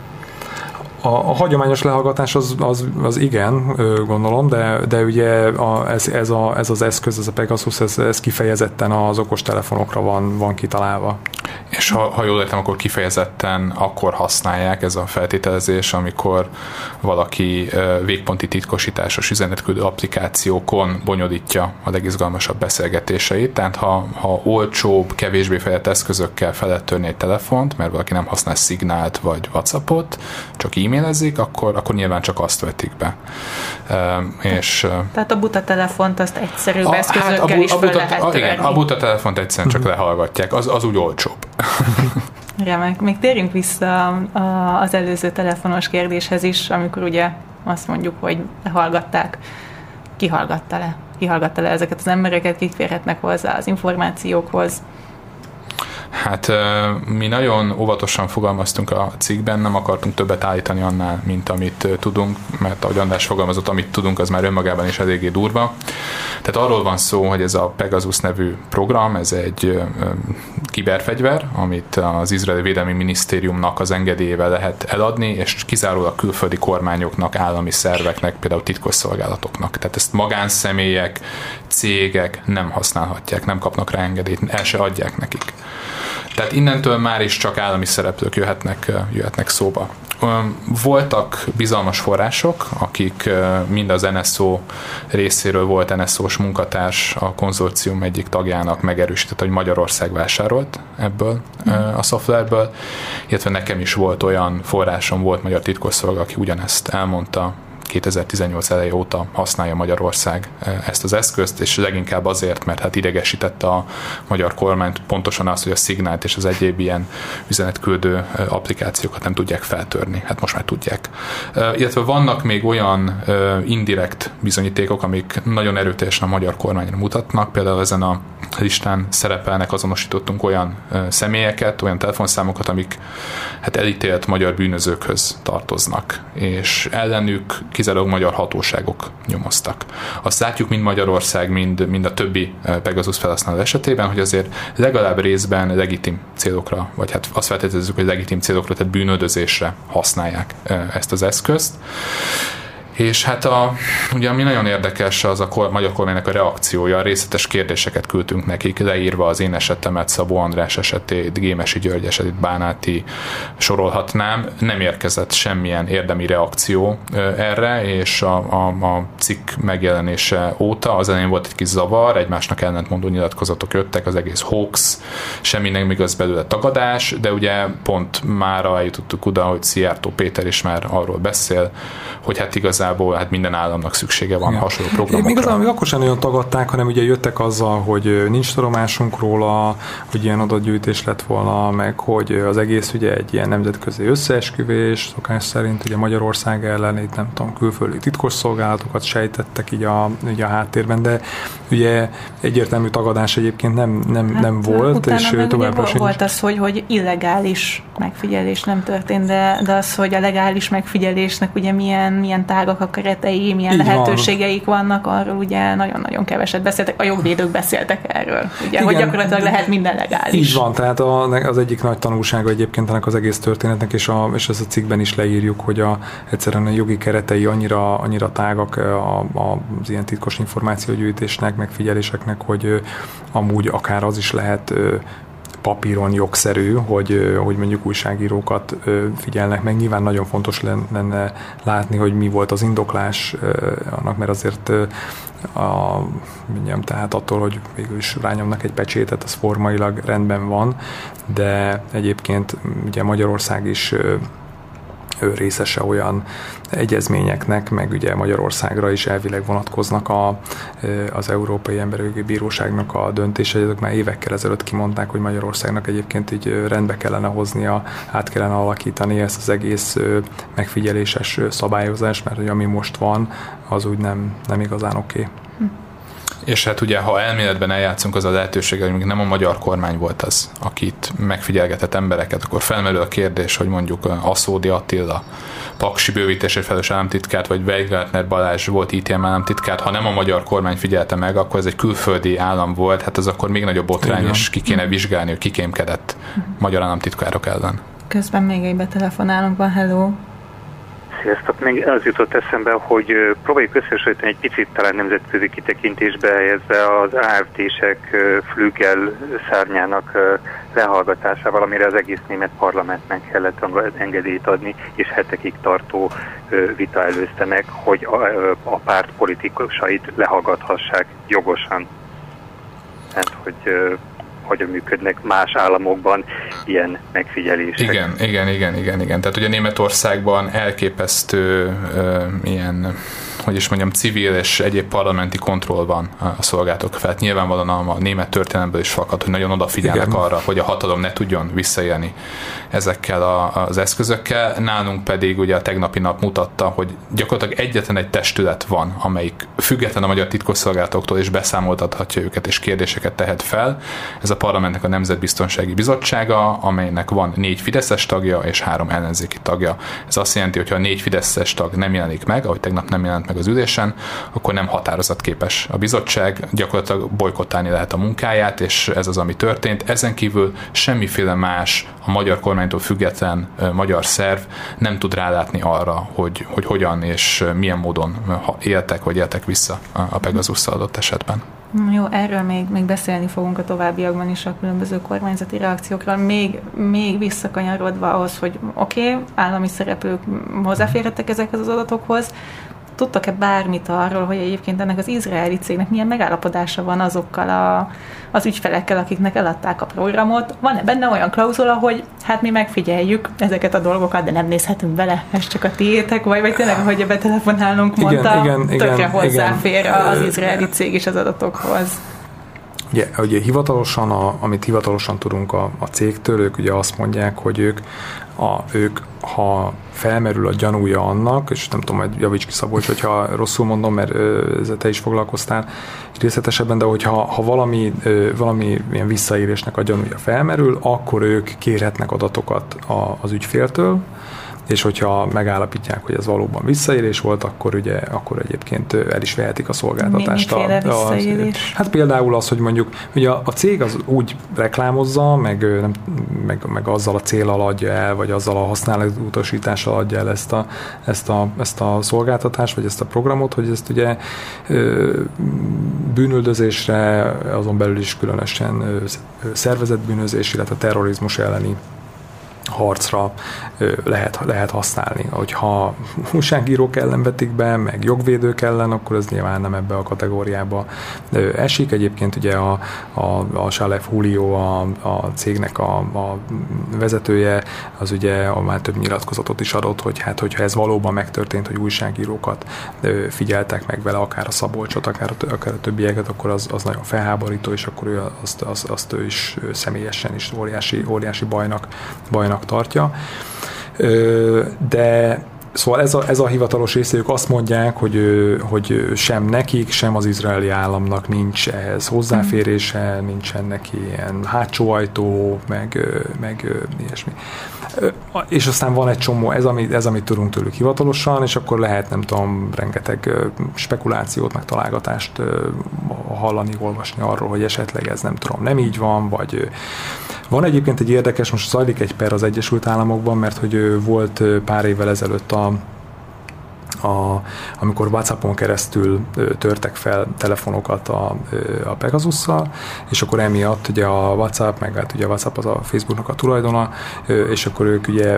A, a hagyományos lehallgatás az, az, az igen, gondolom, de, de ugye a, ez, ez, a, ez az eszköz, ez a Pegasus, ez, ez kifejezetten az okostelefonokra van, van kitalálva. És ha, ha jól értem, akkor kifejezetten akkor használják, ez a feltételezés, amikor valaki végponti titkosításos üzenetküldő applikációkon bonyolítja a legizgalmasabb beszélgetéseit. Tehát ha, ha olcsóbb, kevésbé fejlett eszközökkel fel lehet törni egy telefont, mert valaki nem használ Szignált vagy WhatsAppot, csak e-mailezik, akkor, akkor nyilván csak azt vetik be. Uh, és, Tehát a buta telefont azt egyszerűbb a, eszközökkel hát a bu, is fel lehet a, igen, a buta telefont egyszerűen csak lehallgatják, az, az úgy olcsóbb. Remek. Még térjünk vissza az előző telefonos kérdéshez is, amikor ugye azt mondjuk, hogy lehallgatták. Ki hallgatta le? Ki hallgatta le ezeket az embereket, kik férhetnek hozzá az információkhoz? Hát mi nagyon óvatosan fogalmaztunk a cikkben, nem akartunk többet állítani annál, mint amit tudunk, mert ahogy András fogalmazott, amit tudunk, az már önmagában is eléggé durva. Tehát arról van szó, hogy ez a Pegasus nevű program, ez egy kiberfegyver, amit az izraeli védelmi minisztériumnak az engedélyével lehet eladni, és kizárólag külföldi kormányoknak, állami szerveknek, például titkosszolgálatoknak. Tehát ezt magánszemélyek, cégek nem használhatják, nem kapnak rá engedélyt, el se adják nekik. Tehát innentől már is csak állami szereplők jöhetnek, jöhetnek szóba. Voltak bizalmas források, akik mind az en es o részéről volt en es o-s munkatárs, a konzorcium egyik tagjának megerősített, hogy Magyarország vásárolt ebből a szoftverből, illetve nekem is volt olyan forrásom, volt magyar titkosszolgálat, aki ugyanezt elmondta, kétezer-tizennyolc eleje óta használja Magyarország ezt az eszközt, és leginkább azért, mert hát idegesítette a magyar kormányt pontosan az, hogy a Szignált és az egyéb ilyen üzenetküldő applikációkat nem tudják feltörni. Hát most már tudják. Illetve vannak még olyan indirekt bizonyítékok, amik nagyon erőteljesen a magyar kormányra mutatnak. Például ezen a listán szerepelnek, azonosítottunk olyan személyeket, olyan telefonszámokat, amik hát elítélt magyar bűnözőkhöz tartoznak, és ellenük kizárólag magyar hatóságok nyomoztak. Azt látjuk mind Magyarország, mind, mind a többi Pegasus felhasználó esetében, hogy azért legalább részben legitim célokra, vagy hát azt feltételezzük, hogy legitim célokra, tehát bűnöldözésre használják ezt az eszközt. És hát a, ugye ami nagyon érdekes, az a kor, magyar kormánynak a reakciója, részletes kérdéseket küldtünk nekik, leírva az én esetemet, Szabó András esetét, Gémesi György esetét, Bánáti sorolhatnám, nem érkezett semmilyen érdemi reakció erre, és a, a, a cikk megjelenése óta az elején volt egy kis zavar, egymásnak ellentmondó nyilatkozatok jöttek, az egész hoax, semmi nem igaz belőle tagadás, de ugye pont mára eljutottuk oda, hogy Szijjártó Péter is már arról beszél, hogy hát igazából hát minden államnak szüksége van igen. hasonló programokra. Még igazából még akkor sem nagyon tagadták, hanem ugye jöttek azzal, hogy nincs tudomásunk róla, hogy ilyen adatgyűjtés lett volna, meg hogy az egész ugye egy ilyen nemzetközi összeesküvés, szokás szerint ugye Magyarország ellen, itt nem tudom, külföldi titkos szolgálatokat sejtettek így a, így a háttérben, de ugye egyértelmű tagadás egyébként nem, nem, hát, nem volt. És továbbra sem volt az, hogy, hogy illegális megfigyelés nem történt, de, de az, hogy a legális megfigyelésnek ugye milyen, milyen tágak a keretei, milyen így lehetőségeik van. vannak, arról ugye nagyon-nagyon keveset beszéltek, a jogvédők beszéltek erről, ugye, igen, hogy gyakorlatilag lehet minden legális. Így van, tehát a, az egyik nagy tanulsága egyébként ennek az egész történetnek, és, a, és ezt a cikkben is leírjuk, hogy a, egyszerűen a jogi keretei annyira, annyira tágak a, a, az ilyen titkos információgyűjtésnek, megfigyeléseknek, hogy amúgy akár az is lehet papíron jogszerű, hogy, hogy mondjuk újságírókat figyelnek meg. Nyilván nagyon fontos lenne látni, hogy mi volt az indoklás annak, mert azért a, mondjam, tehát attól, hogy végül is rányomnak egy pecsétet, az formailag rendben van, de egyébként ugye Magyarország is részese olyan egyezményeknek, meg ugye Magyarországra is elvileg vonatkoznak a, az Európai Emberi Jogi Bíróságnak a döntései, ezek már évekkel ezelőtt kimondták, hogy Magyarországnak egyébként így rendbe kellene hoznia, át kellene alakítani ezt az egész megfigyeléses szabályozást, mert hogy ami most van, az úgy nem, nem igazán oké. Hm. És hát ugye, ha elméletben eljátszunk az a lehetőséggel, hogy még nem a magyar kormány volt az, akit megfigyelgetett embereket, akkor felmerül a kérdés, hogy mondjuk Aszódi Attila, paksi bővítésért felelős államtitkárt, vagy Weingärtner Balázs volt í té em államtitkárt, ha nem a magyar kormány figyelte meg, akkor ez egy külföldi állam volt, hát az akkor még nagyobb botrány, és ki kéne vizsgálni, hogy kikémkedett magyar államtitkárok ellen. Közben még egy betelefonálunk van, hello! Sziasztok! Még az jutott eszembe, hogy próbáljuk összehasonlítani egy picit talán nemzetközi kitekintésbe helyezve az á ef dé-sek Flügel szárnyának lehallgatásával, amire az egész német parlamentnek kellett engedélyt adni, és hetekig tartó vita előzte meg, hogy a, a párt politikusait lehallgathassák jogosan. Tehát, hogy hogyan működnek más államokban ilyen megfigyelések. Igen, igen, igen, igen, igen. Tehát ugye Németországban elképesztő uh, ilyen, hogy is mondjam, civil és egyéb parlamenti kontroll van a szolgálatok felett. Nyilvánvalóan a német történelemből is fakad, hogy nagyon odafigyelnek igen. arra, hogy a hatalom ne tudjon visszaélni ezekkel a, az eszközökkel. Nálunk pedig ugye a tegnapi nap mutatta, hogy gyakorlatilag egyetlen egy testület van, amelyik független a magyar titkosszolgálatoktól és beszámoltathatja őket és kérdéseket tehet fel. Ez a parlamentnek a Nemzetbiztonsági Bizottsága, amelynek van négy fideszes tagja és három ellenzéki tagja. Ez azt jelenti, hogy ha a négy fideszes tag nem jelenik meg, ahogy tegnap nem jelent meg az ülésen, akkor nem határozatképes a bizottság, gyakorlatilag bojkottálni lehet a munkáját, és ez az, ami történt. Ezen kívül semmiféle más a magyar kormánytól független uh, magyar szerv nem tud rálátni arra, hogy, hogy hogyan és milyen módon éltek, vagy éltek vissza a Pegasusszal adott esetben. Jó, erről még, még beszélni fogunk a továbbiakban is a különböző kormányzati reakciókról, még, még visszakanyarodva ahhoz, hogy oké, okay, állami szereplők hozzáférhettek ezekhez az adatokhoz. Tudtak-e bármit arról, hogy egyébként ennek az izraeli cégnek milyen megállapodása van azokkal a, az ügyfelekkel, akiknek eladták a programot? Van-e benne olyan klauzula, hogy hát mi megfigyeljük ezeket a dolgokat, de nem nézhetünk bele, ez csak a tiétek, vagy, vagy tényleg, ahogy betelefonálunk, mondta, igen, igen, tökre igen, hozzáfér igen. az izraeli cég is az adatokhoz. Ugye, ugye hivatalosan, a, amit hivatalosan tudunk a, a cégtől, ők ugye azt mondják, hogy ők, a, ők ha felmerül a gyanúja annak, és nem tudom, hogy javíts ki Szabolcs, hogyha rosszul mondom, mert ezzel te is foglalkoztál részletesebben, de hogyha ha valami, valami ilyen visszaélésnek a gyanúja felmerül, akkor ők kérhetnek adatokat a, az ügyféltől, és hogyha megállapítják, hogy ez valóban visszaélés volt, akkor ugye akkor egyébként el is vehetik a szolgáltatást. Miféle visszaélés? Hát például az, hogy mondjuk ugye a, a cég az úgy reklámozza, meg, nem, meg, meg azzal a céllal adja el, vagy azzal a használatutasítással adja el ezt a, ezt, a, ezt a szolgáltatást, vagy ezt a programot, hogy ezt ugye bűnüldözésre, azon belül is különösen szervezetbűnözés, illetve terrorizmus elleni harcra lehet, lehet használni. Hogyha újságírók ellen vetik be, meg jogvédők ellen, akkor ez nyilván nem ebbe a kategóriába esik. Egyébként ugye a, a, a Shalef Julio, a, a cégnek a, a vezetője, az ugye a már több nyilatkozatot is adott, hogy hát, hogyha ez valóban megtörtént, hogy újságírókat figyeltek meg vele, akár a Szabolcsot, akár a, akár a többieket, akkor az, az nagyon felháborító, és akkor ő azt, azt, azt ő is személyesen is óriási, óriási bajnak, bajnak tartja. De szóval ez a, ez a hivatalos része, ők azt mondják, hogy, hogy sem nekik, sem az izraeli államnak nincs ehhez hozzáférése, nincsen neki ilyen hátsó ajtó, meg, meg ilyesmi. És aztán van egy csomó, ez amit, ez, amit tudunk tőlük hivatalosan, és akkor lehet, nem tudom, rengeteg spekulációt, meg találgatást hallani, olvasni arról, hogy esetleg ez nem tudom, nem így van, vagy van egyébként egy érdekes, most zajlik egy per az Egyesült Államokban, mert hogy volt pár évvel ezelőtt a A, amikor WhatsAppon keresztül törtek fel telefonokat a, a Pegasusszal, és akkor emiatt ugye a WhatsApp, meg hát ugye a WhatsApp az a Facebooknak a tulajdona, és akkor ők ugye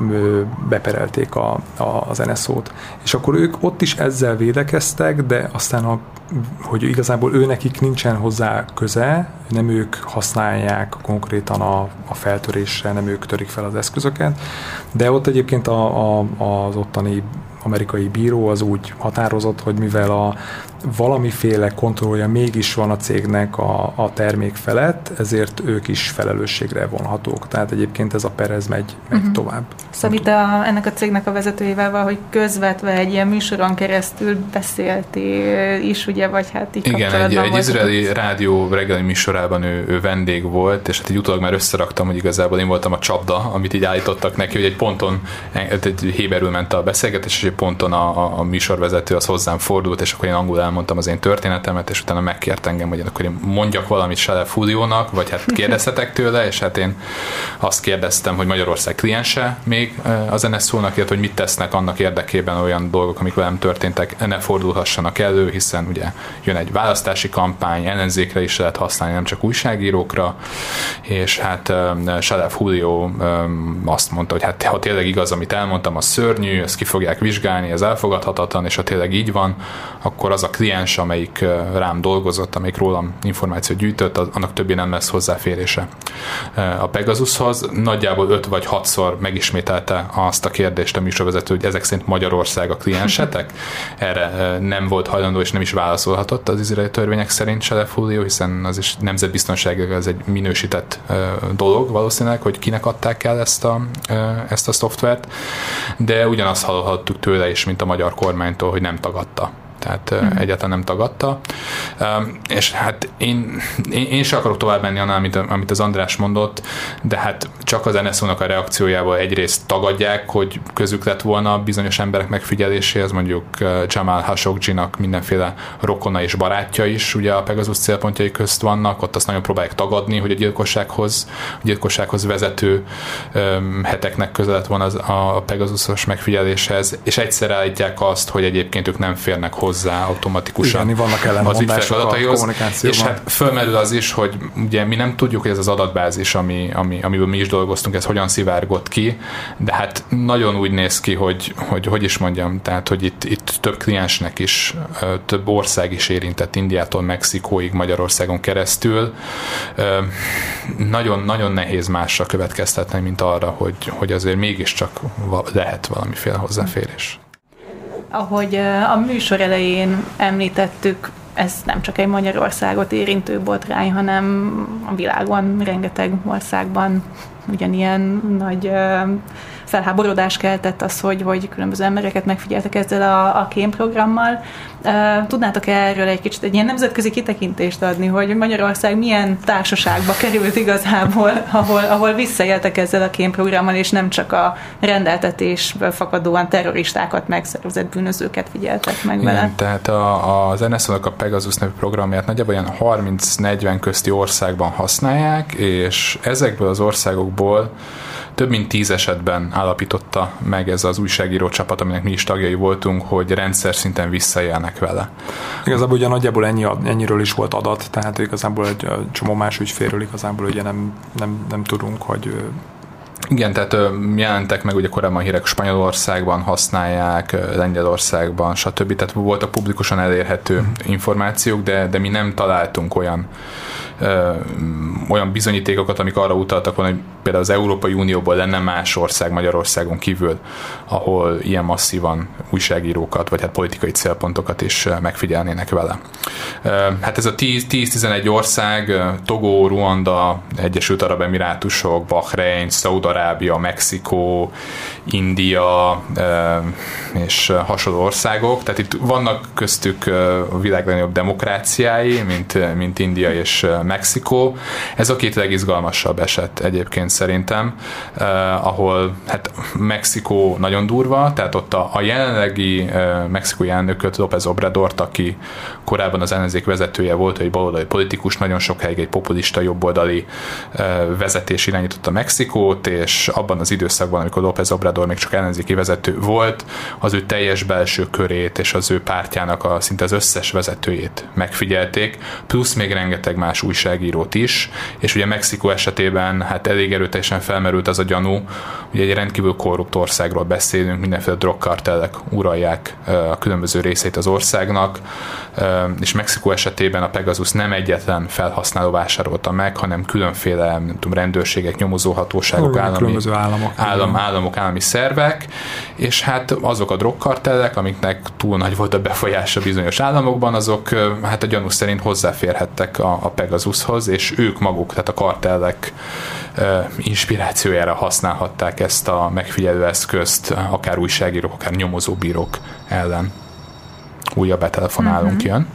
beperelték a, a, az en es o-t. És akkor ők ott is ezzel védekeztek, de aztán a, hogy igazából ő nekik nincsen hozzá köze, nem ők használják konkrétan a, a feltörésre, nem ők törik fel az eszközöket, de ott egyébként a, a, az ottani amerikai bíró az úgy határozott, hogy mivel a valamiféle kontrollja mégis van a cégnek a, a termék felett, ezért ők is felelősségre vonhatók. Tehát egyébként ez a per, ez megy, megy uh-huh. tovább. Szóval itt a, ennek a cégnek a vezetőjével valahogy közvetve egy ilyen műsoron keresztül beszéltél is, ugye, vagy hát így igen, egy, egy izraeli rádió reggeli műsorában ő, ő vendég volt, és hát így utólag már összeraktam, hogy igazából én voltam a csapda, amit így állítottak neki, hogy egy ponton, egy héberül ment a beszélgetés, és egy ponton a, a, a műsorvezető az hozzám fordult, és akkor én angolul elmondtam az én történetemet, és utána megkért engem, hogy akkor én mondjak valamit Shalef Julionak, vagy hát kérdezhetek tőle, és hát én azt kérdeztem, hogy Magyarország kliense még az en es o-nak, illetve hogy mit tesznek annak érdekében olyan dolgok, amik velem történtek, ne fordulhassanak elő, hiszen ugye jön egy választási kampány, ellenzékre is lehet használni, nem csak újságírókra, és hát Shalef Julio azt mondta, hogy hát ha tényleg igaz, amit elmondtam, az szörnyű, ezt ki fogják vizsgálni, ez elfogadhatatlan, és ha tényleg így van, akkor az a kliens, amelyik rám dolgozott, amelyik rólam információt gyűjtött, annak többé nem lesz hozzáférése a Pegasushoz. Nagyjából öt vagy hatszor megismételte azt a kérdést a műsorvezető, hogy ezek szerint Magyarország a kliensetek. Erre nem volt hajlandó, és nem is válaszolhatott az izraeli törvények szerint Shalef Julio, hiszen az is nemzetbiztonságilag ez egy minősített dolog valószínűleg, hogy kinek adták el ezt a, ezt a szoftvert, de ugyanazt hallhattuk tőle is, mint a magyar kormánytól, hogy nem tagadta. Tehát mm. egyáltalán nem tagadta. Um, és hát én, én, én sem akarok tovább menni annál, amit, amit az András mondott, de hát csak az en es o-nak a reakciójával egyrészt tagadják, hogy közük lett volna bizonyos emberek megfigyeléséhez, mondjuk Jamal Khashoggi-nak mindenféle rokona és barátja is ugye a Pegasus célpontjai közt vannak, ott azt nagyon próbálják tagadni, hogy a gyilkossághoz, a gyilkossághoz vezető um, heteknek közel lett volna az, a Pegasus-os megfigyeléshez, és egyszer állítják azt, hogy egyébként ők nem férnek hozzá hozzá automatikusan igen, vannak az ügyfelek adataihoz, és hát fölmerül az is, hogy ugye mi nem tudjuk, hogy ez az adatbázis, ami, ami, amiből mi is dolgoztunk, ez hogyan szivárgott ki, de hát nagyon úgy néz ki, hogy hogy, hogy is mondjam, tehát, hogy itt, itt több kliensnek is, több ország is érintett, Indiától Mexikóig, Magyarországon keresztül. Nagyon-nagyon nehéz másra következtetni, mint arra, hogy, hogy azért mégiscsak lehet valamiféle hozzáférés. Ahogy a műsor elején említettük, ez nem csak egy Magyarországot érintő botrány, hanem a világon rengeteg országban ugyanilyen nagy felháborodás keltett az, hogy, hogy különböző embereket megfigyeltek ezzel a, a kémprogrammal. Tudnátok erről egy kicsit egy ilyen nemzetközi kitekintést adni, hogy Magyarország milyen társaságba került igazából, ahol, ahol visszaéltek ezzel a kémprogrammal, és nem csak a rendeltetésből fakadóan terroristákat, megszervezett bűnözőket figyeltek meg vele. Igen, tehát a, az en es o-nak a Pegasus nevű programját nagyjából olyan harminc-negyven közti országban használják, és ezekből az országokból több mint tíz esetben állapította meg ez az újságíró csapat, aminek mi is tagjai voltunk, hogy rendszer szinten visszaélnek vele. Igazából ugye nagyjából ennyi, ennyiről is volt adat, tehát igazából egy csomó más ügyfélről igazából ugye nem, nem, nem tudunk, hogy... Igen, tehát jelentek meg ugye korábban hírek Spanyolországban használják, Lengyelországban, stb. Tehát voltak publikusan elérhető mm. információk, de, de mi nem találtunk olyan ö, olyan bizonyítékokat, amik arra utaltak volna, hogy például az Európai Unióból lenne más ország Magyarországon kívül, ahol ilyen masszívan újságírókat, vagy hát politikai célpontokat is megfigyelnének vele. Hát ez a tíz-tizenegy ország, Togó, Ruanda, Egyesült Arab Emirátusok, Bahrein, Szaúd-Arábia, Mexikó, India és hasonló országok, tehát itt vannak köztük a világ legnagyobb demokráciái, mint, mint India és Mexikó. Ez a két legizgalmasabb eset egyébként szerintem, eh, ahol hát Mexikó nagyon durva, tehát ott a, a jelenlegi eh, mexikói elnököt, López Obradort, aki korábban az ellenzék vezetője volt, egy baloldali politikus, nagyon sokáig egy populista jobboldali eh, vezetés irányította Mexikót, és abban az időszakban, amikor López Obrador még csak ellenzéki vezető volt, az ő teljes belső körét és az ő pártjának a szinte az összes vezetőjét megfigyelték, plusz még rengeteg más újságírót is, és ugye Mexikó esetében hát elég erőteljesen felmerült az a gyanú, hogy egy rendkívül korrupt országról beszélünk, mindenféle drogkartellek uralják a különböző részeit az országnak, és Mexikó esetében a Pegasus nem egyetlen felhasználó vásárolta meg, hanem különféle nem tudom, rendőrségek, nyomozóhatóságok, állami, államok, állam, államok, állami szervek, és hát azok a drogkartellek, amiknek túl nagy volt a befolyása bizonyos államokban, azok hát a gyanú szerint hozzáférhettek a, a Pegasushoz, és ők maguk, tehát a kartellek inspirációjára használhatták ezt a megfigyelő eszközt, akár újságírók, akár nyomozóbírók ellen. Újabb betelefonálunk uh-huh. jön.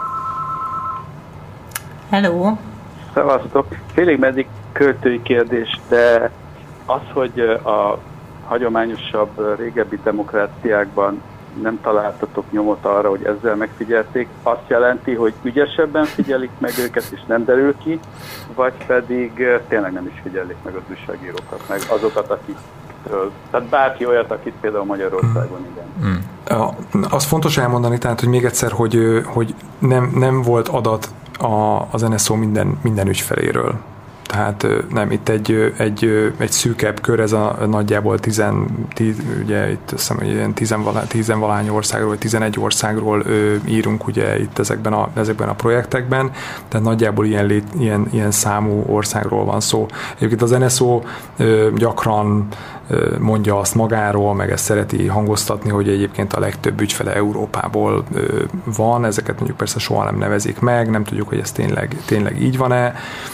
Hello! Szevasztok! Félig meddig költői kérdés, de az, hogy a hagyományosabb, régebbi demokráciákban nem találtatok nyomot arra, hogy ezzel megfigyelték, azt jelenti, hogy ügyesebben figyelik meg őket, és nem derül ki, vagy pedig tényleg nem is figyelik meg az újságírókat, meg azokat, akik tehát bárki olyat, akit például Magyarországon igen. Mm. Az fontos elmondani, tehát, hogy még egyszer, hogy, hogy nem, nem volt adat a, az en es o minden, minden ügyfeléről. Tehát nem, itt egy, egy, egy szűkebb kör, ez a nagyjából tizen, tíz, ugye itt azt hiszem, ilyen tizenvalány, tizenvalány országról, vagy tizenegy országról ö, írunk ugye itt ezekben a, ezekben a projektekben, tehát nagyjából ilyen, lét, ilyen, ilyen számú országról van szó. Egyébként az en es o ö, gyakran ö, mondja azt magáról, meg ezt szereti hangoztatni, hogy egyébként a legtöbb ügyfele Európából ö, van, ezeket mondjuk persze soha nem nevezik meg, nem tudjuk, hogy ez tényleg, tényleg így van-e,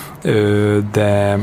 de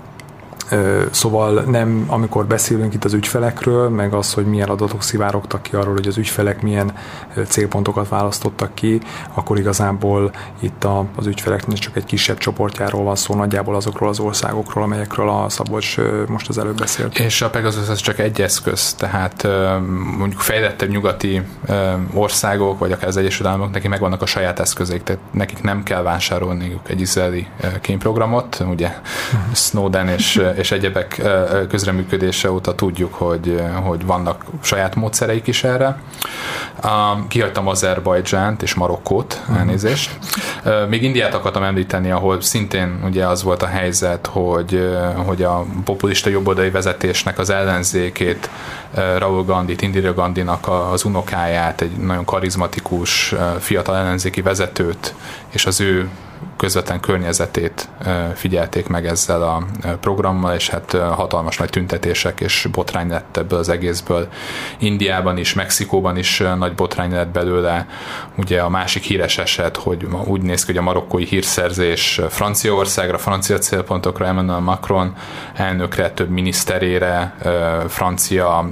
szóval nem, amikor beszélünk itt az ügyfelekről, meg az, hogy milyen adatok szivárogtak ki arról, hogy az ügyfelek milyen célpontokat választottak ki, akkor igazából itt a, az ügyfeleknek csak egy kisebb csoportjáról van szó, nagyjából azokról az országokról, amelyekről a Szabolcs most az előbb beszélt. És a Pegasus az csak egy eszköz, tehát mondjuk fejlettebb nyugati országok, vagy akár az Egyesült Államok, neki megvannak a saját eszközeik, tehát nekik nem kell vásárolniuk egy izraeli kémprogramot, ugye uh-huh. Snowden és és egyebek közreműködése óta tudjuk, hogy, hogy vannak saját módszereik is erre. Kihagytam Azerbajdzsánt és Marokkót, elnézést. Még Indiát akartam említeni, ahol szintén ugye az volt a helyzet, hogy, hogy a populista jobboldali vezetésnek az ellenzékét, Rahul Gandhit, Indira Gandhinak az unokáját, egy nagyon karizmatikus fiatal ellenzéki vezetőt, és az ő közvetlen környezetét figyelték meg ezzel a programmal, és hát hatalmas nagy tüntetések és botrány lett ebből az egészből. Indiában is, Mexikóban is nagy botrány lett belőle. Ugye a másik híres eset, hogy úgy néz ki, hogy a marokkói hírszerzés Franciaországra, francia célpontokra, Emmanuel Macron elnökre, több miniszterére, francia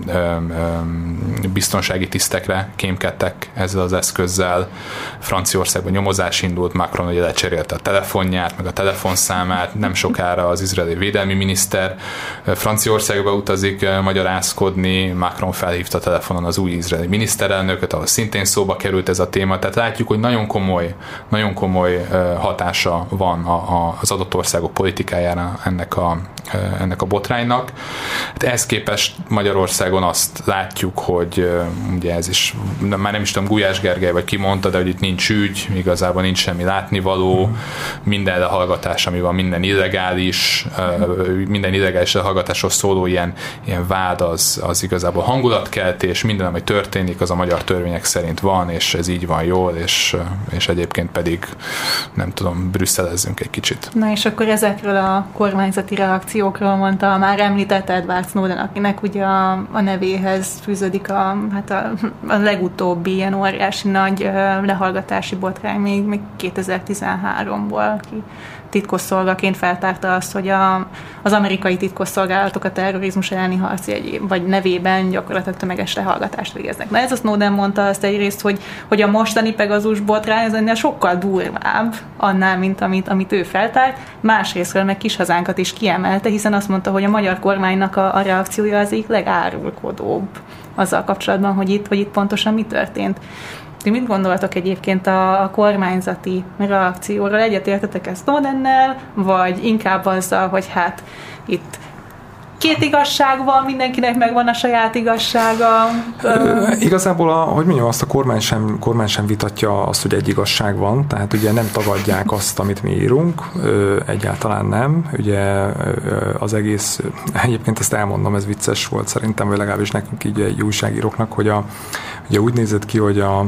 biztonsági tisztekre kémkedtek ezzel az eszközzel. Franciaországban nyomozás indult, Macron ugye lecserélte a telefonját, meg a telefonszámát, nem sokára az izraeli védelmi miniszter Franciaországba utazik magyarázkodni, Macron felhívta a telefonon az új izraeli miniszterelnököt, ahol szintén szóba került ez a téma, tehát látjuk, hogy nagyon komoly, nagyon komoly hatása van az adott országok politikájára ennek a, ennek a botránynak. Hát ehhez képest Magyarországon azt látjuk, hogy ugye ez is, már nem is tudom, Gulyás Gergely vagy ki mondta, de hogy itt nincs ügy, igazából nincs semmi látnivaló, minden lehallgatás, ami van, minden illegális, minden illegális lehallgatásról szóló ilyen, ilyen vád, az, az igazából hangulatkeltés, minden, ami történik, az a magyar törvények szerint van, és ez így van jól, és, és egyébként pedig nem tudom, brüsszelezzünk egy kicsit. Na és akkor ezekről a kormányzati reakciókról mondta, már említett Edward Snowden, akinek ugye a, a nevéhez fűződik a, hát a, a legutóbbi ilyen óriási nagy lehallgatási botrány még, még kétezer-tizenháromból, ki titkosszolgaként feltárta azt, hogy a, az amerikai titkosszolgálatok a terrorizmus elleni harc jegy, vagy nevében gyakorlatilag tömeges lehallgatást végeznek. Na ez a Snowden mondta azt egyrészt, hogy, hogy a mostani Pegasus botrány az ennél sokkal durvább annál, mint amit, amit ő feltárt. Másrésztről meg kis hazánkat is kiemelte, hiszen azt mondta, hogy a magyar kormánynak a, a reakciója az egyik legárulkodóbb azzal kapcsolatban, hogy itt, hogy itt pontosan mi történt. Ti mit gondoltok egyébként a, a kormányzati reakcióról? Egyetértetek ezt Snowdennel, vagy inkább azzal, hogy hát itt két igazság van, mindenkinek megvan a saját igazsága? E, igazából, a, hogy mondjam, azt a kormány sem, kormány sem vitatja azt, hogy egy igazság van, tehát ugye nem tagadják azt, amit mi írunk, egyáltalán nem. Ugye az egész, egyébként ezt elmondom, ez vicces volt szerintem, vagy legalábbis nekünk így egy újságíróknak, hogy a, ugye úgy nézett ki, hogy a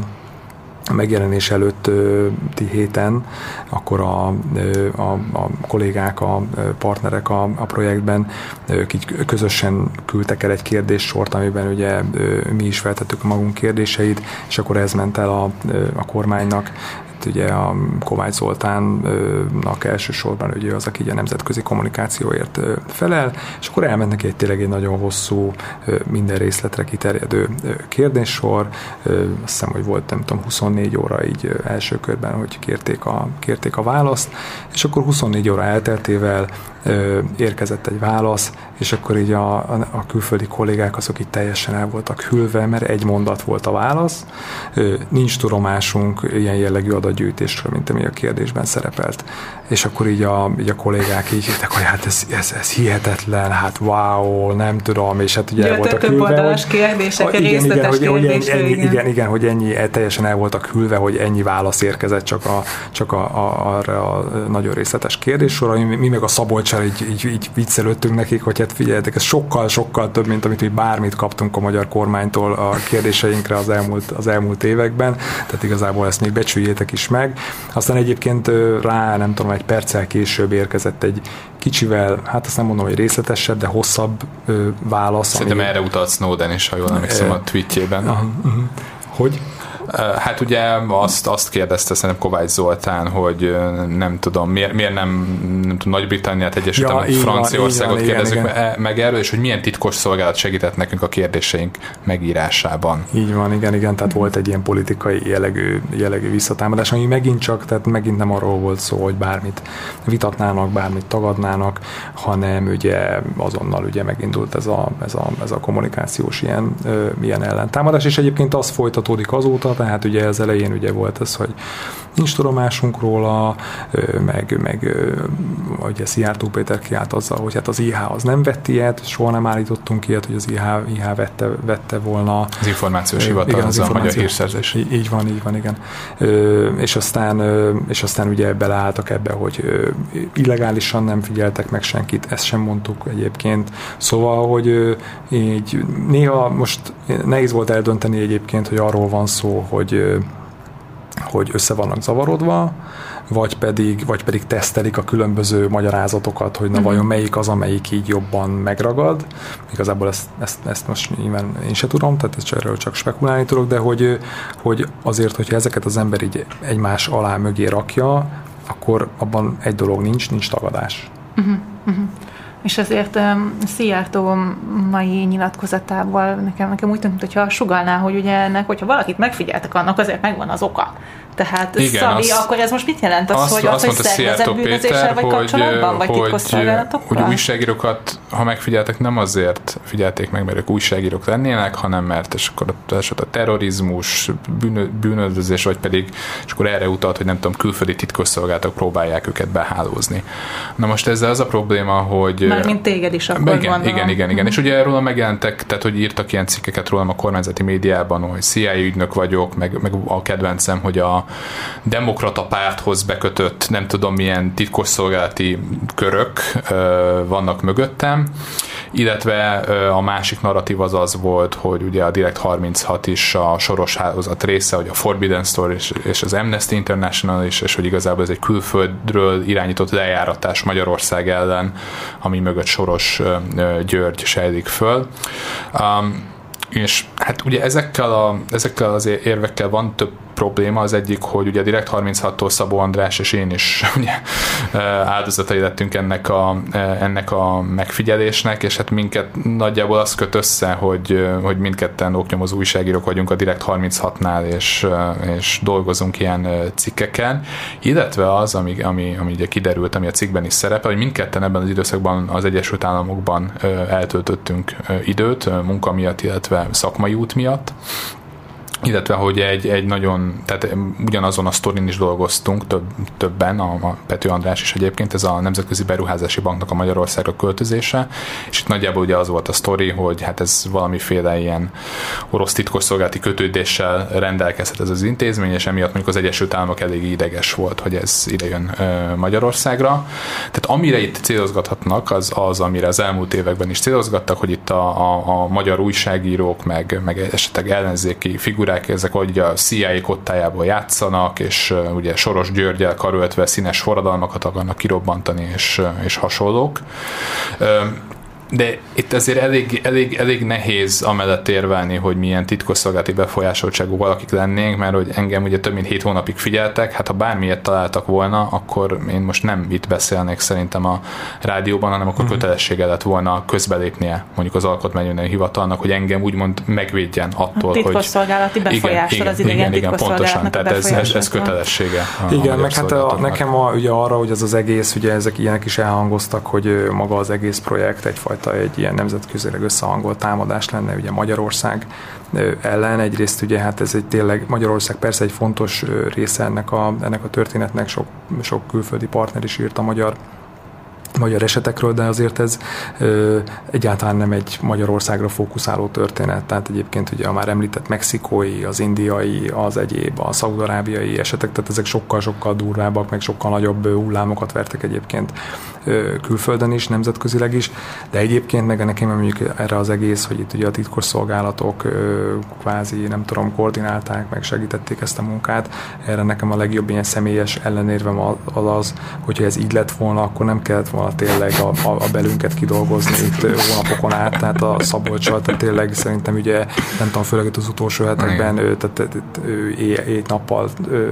a megjelenés előtti héten, akkor a, a, a kollégák, a partnerek a, a projektben így közösen küldtek el egy kérdéssort, amiben ugye mi is feltettük a magunk kérdéseit, és akkor ez ment el a, a kormánynak. Ugye a Kovács Zoltánnak elsősorban ugye az, aki a nemzetközi kommunikációért felel, és akkor elment neki egy tényleg egy nagyon hosszú, minden részletre kiterjedő kérdéssor. Azt hiszem, hogy volt, nem tudom, huszonnégy óra így első körben, hogy kérték a, kérték a választ, és akkor huszonnégy óra elteltével érkezett egy válasz, és akkor így a, a, a külföldi kollégák azok így teljesen el voltak hűlve, mert egy mondat volt a válasz. Nincs tudomásunk ilyen jellegű adatgyűjtésről, mint ami a kérdésben szerepelt. És akkor így a, így a kollégák így jöttek, hogy hát ez, ez, ez hihetetlen, hát wow, nem tudom, és hát ugye el voltak hűlve. Hogy, kérdések, igen, igen, hogy, hogy ennyi, ennyi, igen. igen, igen, hogy ennyi, teljesen el voltak hűlve, hogy ennyi válasz érkezett csak, a, csak a, a, arra a nagyon részletes kérdéssorra. Mi, mi meg a Szabolccsal így, így, így viccelődtünk nekik, hogy hát figyeljetek, ez sokkal-sokkal több, mint amit mi bármit kaptunk a magyar kormánytól a kérdéseinkre az elmúlt, az elmúlt években, tehát igazából ezt még becsüljétek is meg. Aztán egyébként rá, nem tudom, egy perccel később érkezett egy kicsivel, hát azt nem mondom, hogy részletesebb, de hosszabb ö, válasz. Szerintem ami... erre utalt Snowden is, ha jól emlékszem a tweetjében. Uh, uh, hogy? Hát ugye azt, azt kérdezte szerintem Kovács Zoltán, hogy nem tudom, miért, miért nem, nem tudom, Nagy-Britanniát, Egyesült Államok, ja, Franciaországot van, kérdezzük igen, igen. meg erről, és hogy milyen titkos szolgálat segített nekünk a kérdéseink megírásában. Így van, igen, igen, tehát volt egy ilyen politikai jellegű, jellegű visszatámadás, ami megint csak, tehát megint nem arról volt szó, hogy bármit vitatnának, bármit tagadnának, hanem ugye azonnal ugye megindult ez a, ez a, ez a kommunikációs ilyen, ilyen ellentámadás, és egyébként az folytatódik azóta, tehát ugye az elején ugye volt ez, hogy nincs tudomásunk róla, meg, meg ugye Szijjártó Péter kiállt azzal, hogy hát az i há az nem vett ilyet, soha nem állítottunk ilyet, hogy az i há, i há vette, vette volna. Az információs hivatal, az a magyar hírszerzés. Így van, így van, igen. És aztán, és aztán ugye beleálltak ebbe, hogy illegálisan nem figyeltek meg senkit, ezt sem mondtuk egyébként. Szóval, hogy így néha most nehéz volt eldönteni egyébként, hogy arról van szó, hogy hogy össze vannak zavarodva, vagy pedig, vagy pedig tesztelik a különböző magyarázatokat, hogy na uh-huh. vajon melyik az, amelyik így jobban megragad. Igazából ezt, ezt, ezt most nyilván én se tudom, tehát ezt erről csak spekulálni tudok, de hogy, hogy azért, hogyha ezeket az ember így egymás alá mögé rakja, akkor abban egy dolog nincs, nincs tagadás. Uh-huh. Uh-huh. És azért um, Szijjártó mai nyilatkozatával nekem, nekem úgy tűnt, hogyha sugallná, hogy ugye ennek, hogyha valakit megfigyeltek, annak azért megvan az oka. Tehát igen, Szabi, azt, akkor ez most mit jelent? Az, azt, hogy azt az, hogy szervezett bűnözéssel vagy kapcsolatban, vagy titkosszolgálatokkal? Hogy újságírókat, ha megfigyeltek, nem azért figyelték meg, mert ők újságírók lennének, hanem mert és akkor a, a terrorizmus, bűnözés, vagy pedig, és akkor erre utalt, hogy nem tudom, külföldi titkosszolgálatok próbálják őket behálózni. Na most ezzel az a probléma, hogy... Mármint téged is akkor igen, van. Igen, igen, igen. És ugye róla megjelentek, tehát hogy írtak ilyen cikkeket rólam a kormányzati médiában, hogy C I A ügynök vagyok, meg, meg a kedvencem, hogy a demokrata párthoz bekötött nem tudom milyen titkosszolgálati körök ö, vannak mögöttem, illetve ö, a másik narratív az az volt, hogy ugye a Direkt harminchat is a Soros hálózat része, hogy a Forbidden Story és, és az Amnesty International is, és hogy igazából ez egy külföldről irányított lejáratás Magyarország ellen, ami mögött Soros ö, ö, György sejlik föl. Um, és hát ugye ezekkel, a, ezekkel az érvekkel van több probléma. Az egyik, hogy ugye a Direkt harminchattól Szabó András és én is ugye, áldozatai lettünk ennek a, ennek a megfigyelésnek, és hát minket nagyjából az köt össze, hogy, hogy mindketten oknyomozó újságírók vagyunk a Direkt harminchatnál, és, és dolgozunk ilyen cikkeken, illetve az, ami, ami, ami ugye kiderült, ami a cikkben is szerepel, hogy mindketten ebben az időszakban az Egyesült Államokban eltöltöttünk időt, munka miatt, illetve szakmai út miatt, illetve, hogy egy, egy nagyon, tehát ugyanazon a sztorin is dolgoztunk több, többen, a, a Pető András is egyébként, ez a Nemzetközi Beruházási Banknak a Magyarországra költözése, és itt nagyjából ugye az volt a sztori, hogy hát ez valamiféle ilyen orosz titkosszolgálati kötődéssel rendelkezhet ez az intézmény, és emiatt mondjuk az Egyesült Államok elég ideges volt, hogy ez idejön ö, Magyarországra. Tehát amire itt célozgathatnak, az az, amire az elmúlt években is célozgattak, hogy itt a, a, a magyar újságírók, meg, meg esetleg ellenzéki figurák, ezek hogy a C I A kottájából játszanak, és uh, ugye Soros Györggyel karöltve színes forradalmakat akarnak kirobbantani, és, uh, és hasonlók. Uh, de itt azért elég, elég, elég nehéz amellett érvelni, hogy milyen titkosszolgálati befolyásoltságú valakik lennénk, mert hogy engem ugye több mint hét hónapig figyeltek, hát ha bármilyet találtak volna, akkor én most nem itt beszélnék szerintem a rádióban, hanem akkor kötelessége lett volna közbelépnie mondjuk az Alkotmányügyi Hivatalnak, hogy engem úgymond megvédjen attól, hogy... Titkosszolgálati befolyással, az idegen titkosszolgálatnak tehát ez, ez, ez kötelessége. A, igen, a meg hát a, nekem a, ugye arra, hogy az az egész, ugye ezek ilyenek is elhangoztak, hogy maga az egész projekt egyfajta egy ilyen nemzetközileg összehangolt támadás lenne ugye Magyarország ellen. Egyrészt ugye hát ez egy tényleg, Magyarország persze egy fontos része ennek a, ennek a történetnek, sok, sok külföldi partner is írt a magyar magyar esetekről, de azért ez ö, egyáltalán nem egy Magyarországra fókuszáló történet. Tehát egyébként ugye a már említett mexikói, az indiai, az egyéb, a szaúd-arábiai esetek, tehát ezek sokkal-sokkal durvábbak, meg sokkal nagyobb hullámokat vertek egyébként ö, külföldön is, nemzetközileg is, de egyébként meg nekem mondjuk erre az egész, hogy itt ugye a titkosszolgálatok ö, kvázi, nem tudom, koordinálták, meg segítették ezt a munkát. Erre nekem a legjobb ilyen személyes ellenérvem az az, hogyha ez így lett volna, akkor nem kellett volna tényleg a, a, a belünket kidolgozni itt hónapokon át, tehát a Szabolccsal, tehát tényleg szerintem ugye, nem tudom, főleg itt az utolsó hetekben tehát éjt-nappal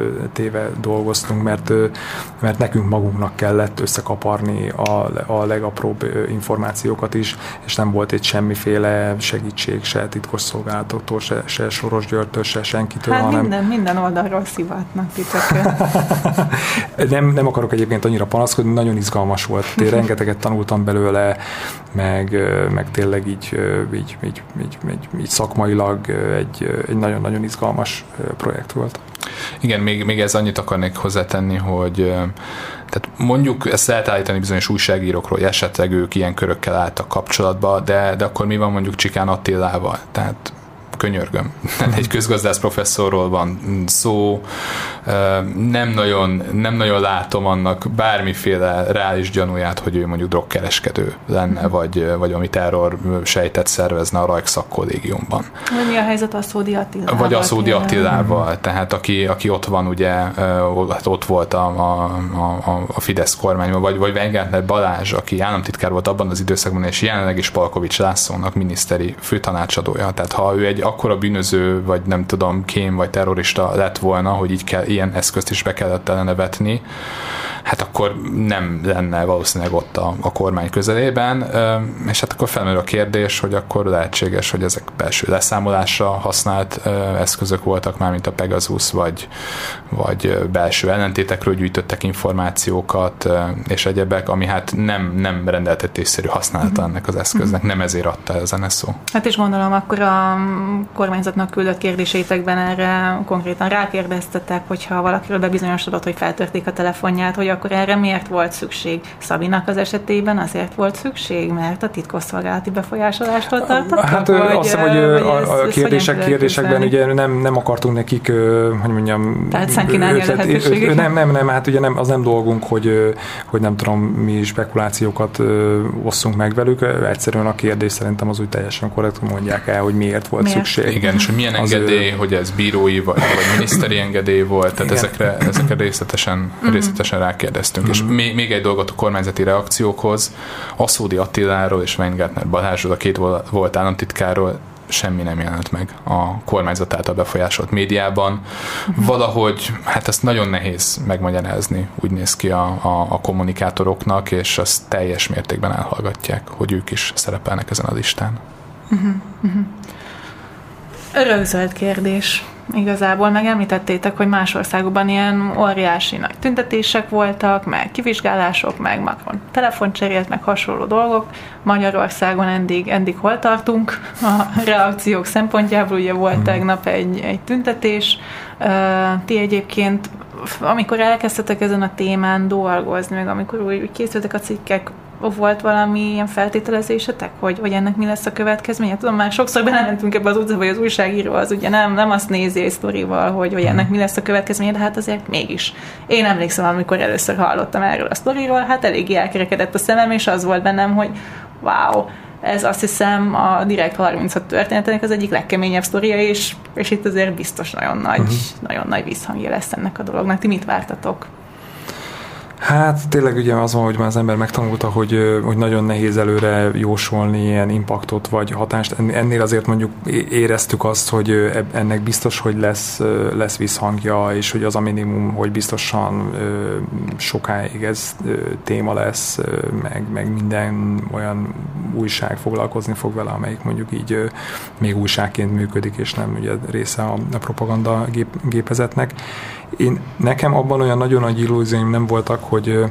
téve dolgoztunk, mert, mert nekünk magunknak kellett összekaparni a, a legapróbb információkat is, és nem volt itt semmiféle segítség, se titkosszolgálatoktól, se, se Soros Györgytől, se senkitől, hát hanem... minden, minden oldalról szivatnak titeket. nem, nem akarok egyébként annyira panaszkodni, nagyon izgalmas volt. Én rengeteget tanultam belőle, meg, meg tényleg így, így, így, így, így, így szakmailag egy, egy nagyon-nagyon izgalmas projekt volt. Igen, még, még ez annyit akarnék hozzátenni, hogy tehát mondjuk ezt lehet állítani bizonyos újságírókról, hogy esetleg ők ilyen körökkel álltak kapcsolatba, de, de akkor mi van mondjuk Csikán Attilával? Tehát könyörgöm. Egy közgazdász professzorról van szó, nem nagyon, nem nagyon látom annak bármiféle reális gyanúját, hogy ő mondjuk drogkereskedő lenne, vagy, vagy ami terror sejtet szervezne a Rajkszak kollégiumban. Mi a helyzet Aszódi Attilával? Vagy Aszódi Attilával, tehát aki, aki ott van, ugye, ott volt a, a, a, a Fidesz kormányban, vagy, vagy Weingärtner Balázs, aki államtitkár volt abban az időszakban, és jelenleg is Palkovics Lászlónak miniszteri főtanácsadója. Tehát ha ő egy akkora bűnöző, vagy nem tudom, kém, vagy terrorista lett volna, hogy így kell, ilyen eszközt is be kellett ellene vetni, hát akkor nem lenne valószínűleg ott a, a kormány közelében, és hát akkor felmerül a kérdés, hogy akkor lehetséges, hogy ezek belső leszámolásra használt eszközök voltak már, mint a Pegasus, vagy, vagy belső ellentétekről gyűjtöttek információkat, és egyebek, ami hát nem, nem rendeltetésszerű használata ennek az eszköznek, nem ezért adta az en es o. Hát és gondolom, akkor a kormányzatnak küldött kérdéseitekben erre konkrétan rákérdeztetek, hogyha valakiről bebizonyosodott, hogy feltörték a telefonját, hogy akkor erre miért volt szükség? Szabinak az esetében azért volt szükség, mert a titkosszolgálati befolyásolástól tartottak? Hát vagy, azt hiszem, hogy a, a kérdések, kérdésekben ugye nem, nem akartunk nekik, hogy mondjam... Tehát szenkinálni a lehetőségeket? Nem, nem, nem, hát ugye nem, az nem dolgunk, hogy, hogy nem tudom, mi spekulációkat osszunk meg velük. Egyszerűen a kérdés szerintem az úgy teljesen korrekt, mondják el, hogy miért volt miért? szükség. Igen, és hogy milyen az engedély, ő... hogy ez bírói vagy, vagy miniszteri engedély volt, tehát ezekre, ezekre részletesen, részletesen rákérdeztünk. Mm. És még, még egy dolgot a kormányzati reakciókhoz, Aszódi Attiláról és Weingärtner Balázsról, a két volt államtitkáról semmi nem jelent meg a kormányzat által befolyásolt médiában. Uh-huh. Valahogy, hát ezt nagyon nehéz megmagyarázni, úgy néz ki a, a, a kommunikátoroknak, és azt teljes mértékben elhallgatják, hogy ők is szerepelnek ezen a listán. Uh-huh. Uh-huh. Örökzöld kérdés. Igazából megemlítettétek, hogy más országokban ilyen óriási nagy tüntetések voltak, meg kivizsgálások, meg Macron telefoncserélt, meg hasonló dolgok. Magyarországon eddig, eddig hol tartunk a reakciók szempontjából? Ugye volt tegnap egy, egy tüntetés. Ti egyébként, amikor elkezdtetek ezen a témán dolgozni, meg amikor úgy készültek a cikkek, volt valami ilyen feltételezésetek, hogy, hogy ennek mi lesz a következménye? Tudom, már sokszor belementünk ebbe az utcába, hogy az újságíró az ugye nem, nem azt nézi egy sztorival, hogy, hogy ennek mi lesz a következménye, de hát azért mégis. Én emlékszem, amikor először hallottam erről a sztoriról, hát eléggé elkerekedett a szemem, és az volt bennem, hogy wow, ez azt hiszem a Direkt harminchat történetének az egyik legkeményebb sztoria, és, és itt azért biztos nagyon nagy, uh-huh. nagyon nagy visszhangja lesz ennek a dolognak. Ti mit vártatok? Hát tényleg ugye az van, hogy már az ember megtanulta, hogy, hogy nagyon nehéz előre jósolni ilyen impaktot vagy hatást. Ennél azért mondjuk éreztük azt, hogy ennek biztos, hogy lesz, lesz visszhangja, és hogy az a minimum, hogy biztosan sokáig ez téma lesz, meg, meg minden olyan újság foglalkozni fog vele, amelyik mondjuk így még újságként működik, és nem ugye része a, a propaganda gép, gépezetnek. Én, nekem abban olyan nagyon nagy illúzióim nem voltak, hogy,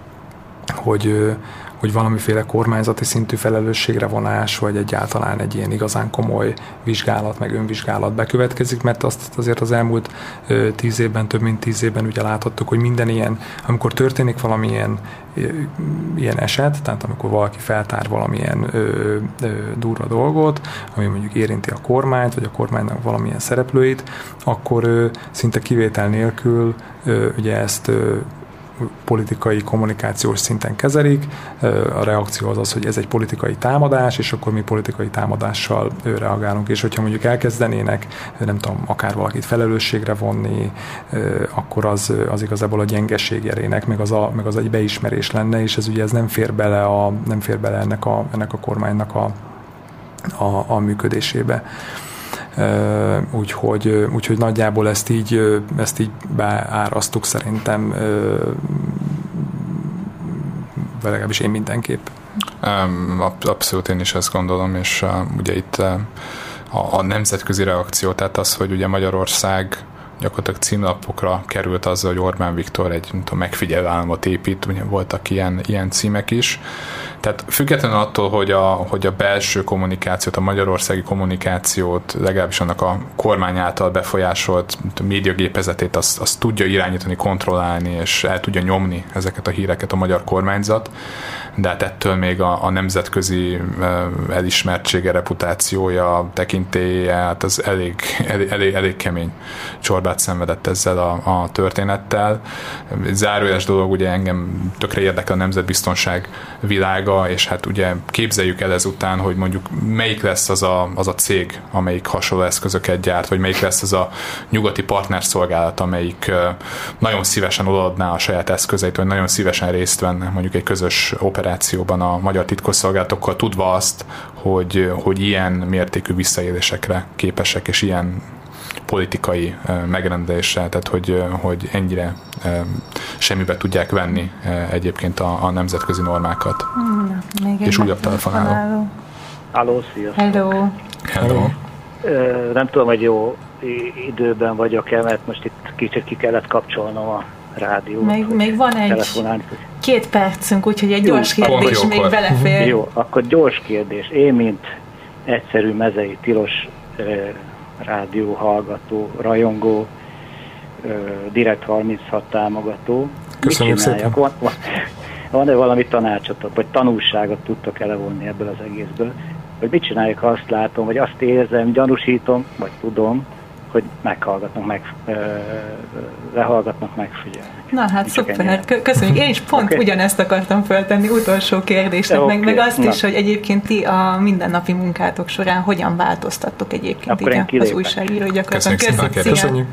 hogy, hogy valamiféle kormányzati szintű felelősségre vonás, vagy egyáltalán egy ilyen igazán komoly vizsgálat, meg önvizsgálat bekövetkezik, mert azt azért az elmúlt tíz évben, több mint tíz évben ugye láthattuk, hogy minden ilyen, amikor történik valamilyen ilyen eset, tehát amikor valaki feltár valamilyen ö, ö, durva dolgot, ami mondjuk érinti a kormányt, vagy a kormánynak valamilyen szereplőit, akkor ö, szinte kivétel nélkül ö, ugye ezt ö, politikai, kommunikációs szinten kezelik. A reakció az az, hogy ez egy politikai támadás, és akkor mi politikai támadással reagálunk. És hogyha mondjuk elkezdenének, nem tudom, akár valakit felelősségre vonni, akkor az, az igazából a gyengeség jelének, meg az, a, meg az egy beismerés lenne, és ez ugye ez nem fér bele, a, nem fér bele ennek, a, ennek a kormánynak a, a, a működésébe. Uh, úgyhogy, úgyhogy nagyjából ezt így, ezt így beárasztuk szerintem, uh, legalábbis én mindenképp. Um, abszolút én is ezt gondolom, és uh, ugye itt uh, a, a nemzetközi reakció, tehát az, hogy ugye Magyarország gyakorlatilag címlapokra került azzal, hogy Orbán Viktor egy tudom, megfigyelő államot épít, ugye voltak ilyen, ilyen címek is. Tehát függetlenül attól, hogy a, hogy a belső kommunikációt, a magyarországi kommunikációt, legalábbis annak a kormány által befolyásolt médiagépezetét, azt, azt tudja irányítani, kontrollálni, és el tudja nyomni ezeket a híreket a magyar kormányzat. de hát ettől még a, a nemzetközi elismertsége, reputációja, tekintélye, hát az elég, elég, elég, elég kemény csorbát szenvedett ezzel a, a történettel. Zárójeles dolog, ugye engem tökre érdekel a nemzetbiztonság világa, és hát ugye képzeljük el ezután, hogy mondjuk melyik lesz az a, az a cég, amelyik hasonló eszközöket gyárt, vagy melyik lesz az a nyugati partnerszolgálat, amelyik nagyon szívesen odaadná a saját eszközeit, vagy nagyon szívesen részt venne mondjuk egy közös operációban a magyar titkosszolgálatokkal, tudva azt, hogy, hogy ilyen mértékű visszaélésekre képesek, és ilyen politikai megrendelésre, tehát hogy, hogy ennyire semmibe tudják venni egyébként a, a nemzetközi normákat. Na, és újabb telefonáló. Halló, sziasztok! Hello! Hello! Nem tudom, hogy jó időben vagyok-e, mert most itt kicsit ki kellett kapcsolnom a rádiót. Még, még van egy két percünk, úgyhogy egy gyors kérdés jó, még akkor. belefér. Jó, akkor gyors kérdés. Én, mint egyszerű mezei tilos eh, rádió hallgató, rajongó, eh, Direkt harminchat támogató. Köszönjük szépen. Van, van, van-e valami tanácsotok, vagy tanulságot tudtok elevonni ebből az egészből? Hogy mit csináljuk, ha azt látom, vagy azt érzem, gyanúsítom, vagy tudom, hogy meghallgatnak, meg, ö, lehallgatnak, megfigyelnek. Na hát szuper, köszönjük. Én is pont okay. ugyanezt akartam föltenni utolsó kérdésnek, okay. meg, meg azt Na. is, hogy egyébként ti a mindennapi munkátok során hogyan változtattok egyébként így az újságíró gyakorlatilag. Köszönjük. Köszönjük. Köszönjük.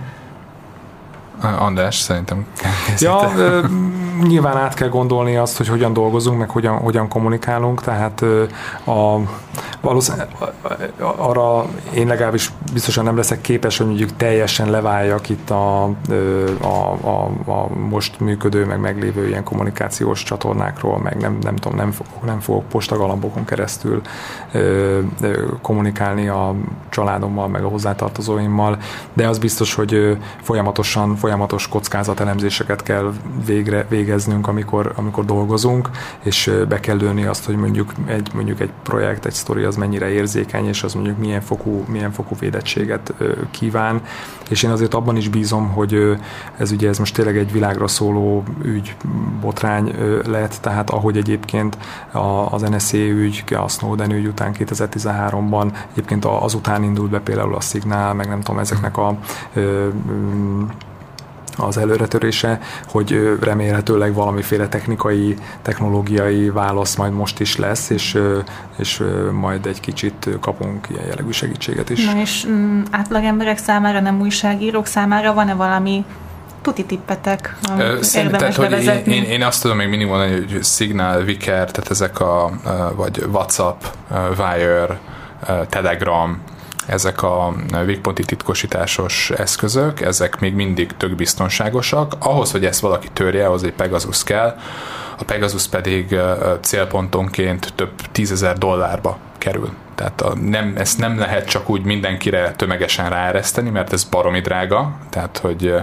András, szerintem ja, ö, nyilván át kell gondolni azt, hogy hogyan dolgozunk, meg hogyan, hogyan kommunikálunk, tehát ö, a, valószínűleg arra én legalábbis biztosan nem leszek képes, hogy mondjuk teljesen leváljak itt a, a, a, a most működő, meg meglévő ilyen kommunikációs csatornákról, meg nem, nem tudom, nem fogok, nem fogok postagalambokon keresztül ö, ö, kommunikálni a családommal, meg a hozzátartozóimmal, de az biztos, hogy ö, folyamatosan folyamatos kockázatelemzéseket kell végre végeznünk, amikor, amikor dolgozunk, és be kell lőni azt, hogy mondjuk egy, mondjuk egy projekt, egy sztori az mennyire érzékeny, és az mondjuk milyen fokú, milyen fokú védettséget kíván. És én azért abban is bízom, hogy ez ugye ez most tényleg egy világra szóló ügy, botrány lett, tehát ahogy egyébként az en es á ügy, a Snowden ügy után kétezer-tizenháromban egyébként azután indult be például a Signál, meg nem tudom, ezeknek a az előretörése, hogy remélhetőleg valamiféle technikai, technológiai válasz majd most is lesz, és, és majd egy kicsit kapunk ilyen jellegű segítséget is. Na és m, átlagemberek számára, nem újságírók számára van-e valami tuti tippetek, amit érdemes bevezetni? Én, én azt tudom még mindig mondani, hogy Signal, Vicker, tehát ezek a, vagy WhatsApp, Wire, Telegram, ezek a végponti titkosításos eszközök, ezek még mindig tök biztonságosak. Ahhoz, hogy ezt valaki törje, ahhoz egy Pegasus kell, a Pegasus pedig célpontonként több tízezer dollárba kerül. Tehát a nem, ezt nem lehet csak úgy mindenkire tömegesen ráereszteni, mert ez baromi drága, tehát hogy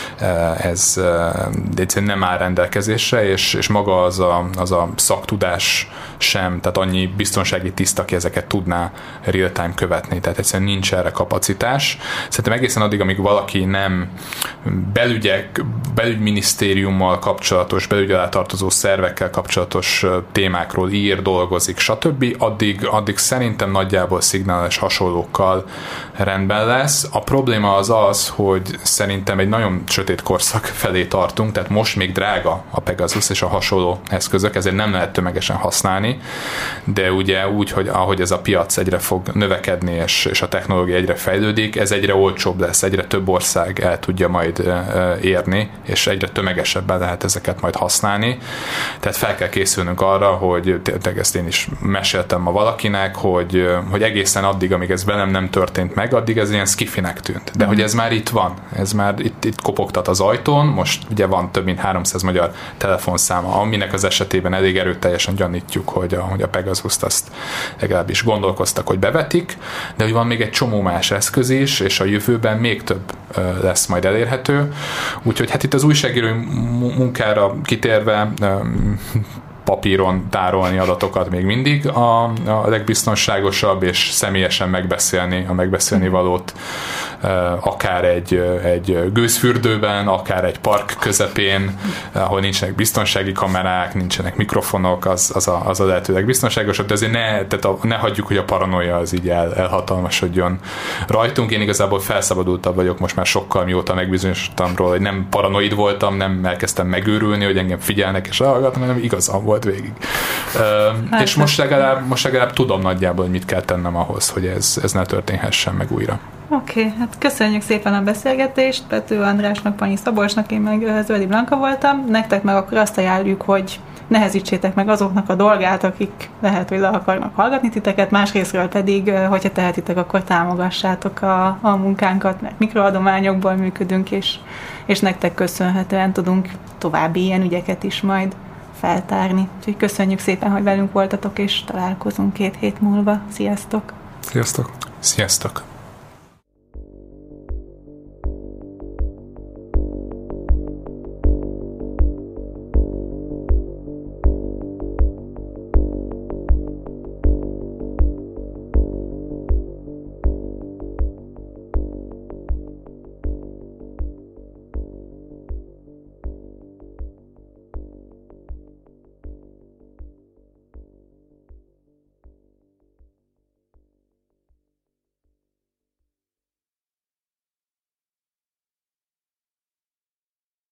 ez egyszerűen nem áll rendelkezésre, és, és maga az a, az a szaktudás sem, tehát annyi biztonsági tiszt, aki ezeket tudná real-time követni, tehát egyszerűen nincs erre kapacitás. Szerintem egészen addig, amíg valaki nem belügyek, belügyminisztériummal kapcsolatos, belügy alá tartozó szervekkel kapcsolatos témákról ír, dolgozik, stb., addig, addig szerintem nagyjából Signal és hasonlókkal rendben lesz. A probléma az az, hogy szerintem egy nagyon sötét korszak felé tartunk, tehát most még drága a Pegasus és a hasonló eszközök, ezért nem lehet tömegesen használni, de ugye úgy, hogy ahogy ez a piac egyre fog növekedni, és, és a technológia egyre fejlődik, ez egyre olcsóbb lesz, egyre több ország el tudja majd érni, és egyre tömegesebben lehet ezeket majd használni. Tehát fel kell készülnünk arra, hogy tényleg ezt én is meséltem ma valakinek, hogy, hogy egészen addig, amíg ez velem nem történt meg, addig ez ilyen skifinek tűnt. De mm. hogy ez már itt van, ez már itt, itt kopogtat az ajtón, most ugye van több mint háromszáz magyar telefonszáma, aminek az esetében elég erőteljesen gyanítjuk, hogy a, hogy a Pegasus-t azt legalábbis gondolkoztak, hogy bevetik, de hogy van még egy csomó más eszköz is, és a jövőben még több lesz majd elérhető. Úgyhogy hát itt az újságírói munkára kitérve papíron tárolni adatokat még mindig a, a legbiztonságosabb, és személyesen megbeszélni a megbeszélni valót akár egy, egy gőzfürdőben, akár egy park közepén, ahol nincsenek biztonsági kamerák, nincsenek mikrofonok, az, az, a, az a lehetőleg biztonságosabb, de azért ne, tehát a, ne hagyjuk, hogy a paranoia az így el, elhatalmasodjon rajtunk. Én igazából felszabadultabb vagyok most már sokkal, mióta megbizonyosodtam róla, hogy nem paranoid voltam, nem elkezdtem megőrülni, hogy engem figyelnek és hallgatnak, hanem igazam volt végig. Hát, és most legalább, most legalább tudom nagyjából, hogy mit kell tennem ahhoz, hogy ez, ez ne történhessen meg újra. Oké, okay, hát köszönjük szépen a beszélgetést, Pető Andrásnak, Panyi Szabolcsnak, én meg Zöldi Blanka voltam. Nektek meg akkor azt ajánljuk, hogy nehezítsétek meg azoknak a dolgát, akik lehet, hogy le akarnak hallgatni titeket, másrésztről pedig, hogyha tehetitek, akkor támogassátok a, a munkánkat, mert mikroadományokból működünk, és, és nektek köszönhetően tudunk további ilyen ügyeket is majd feltárni. Úgyhogy köszönjük szépen, hogy velünk voltatok, és találkozunk két hét múlva. Sziasztok! Sziasztok! Sziasztok!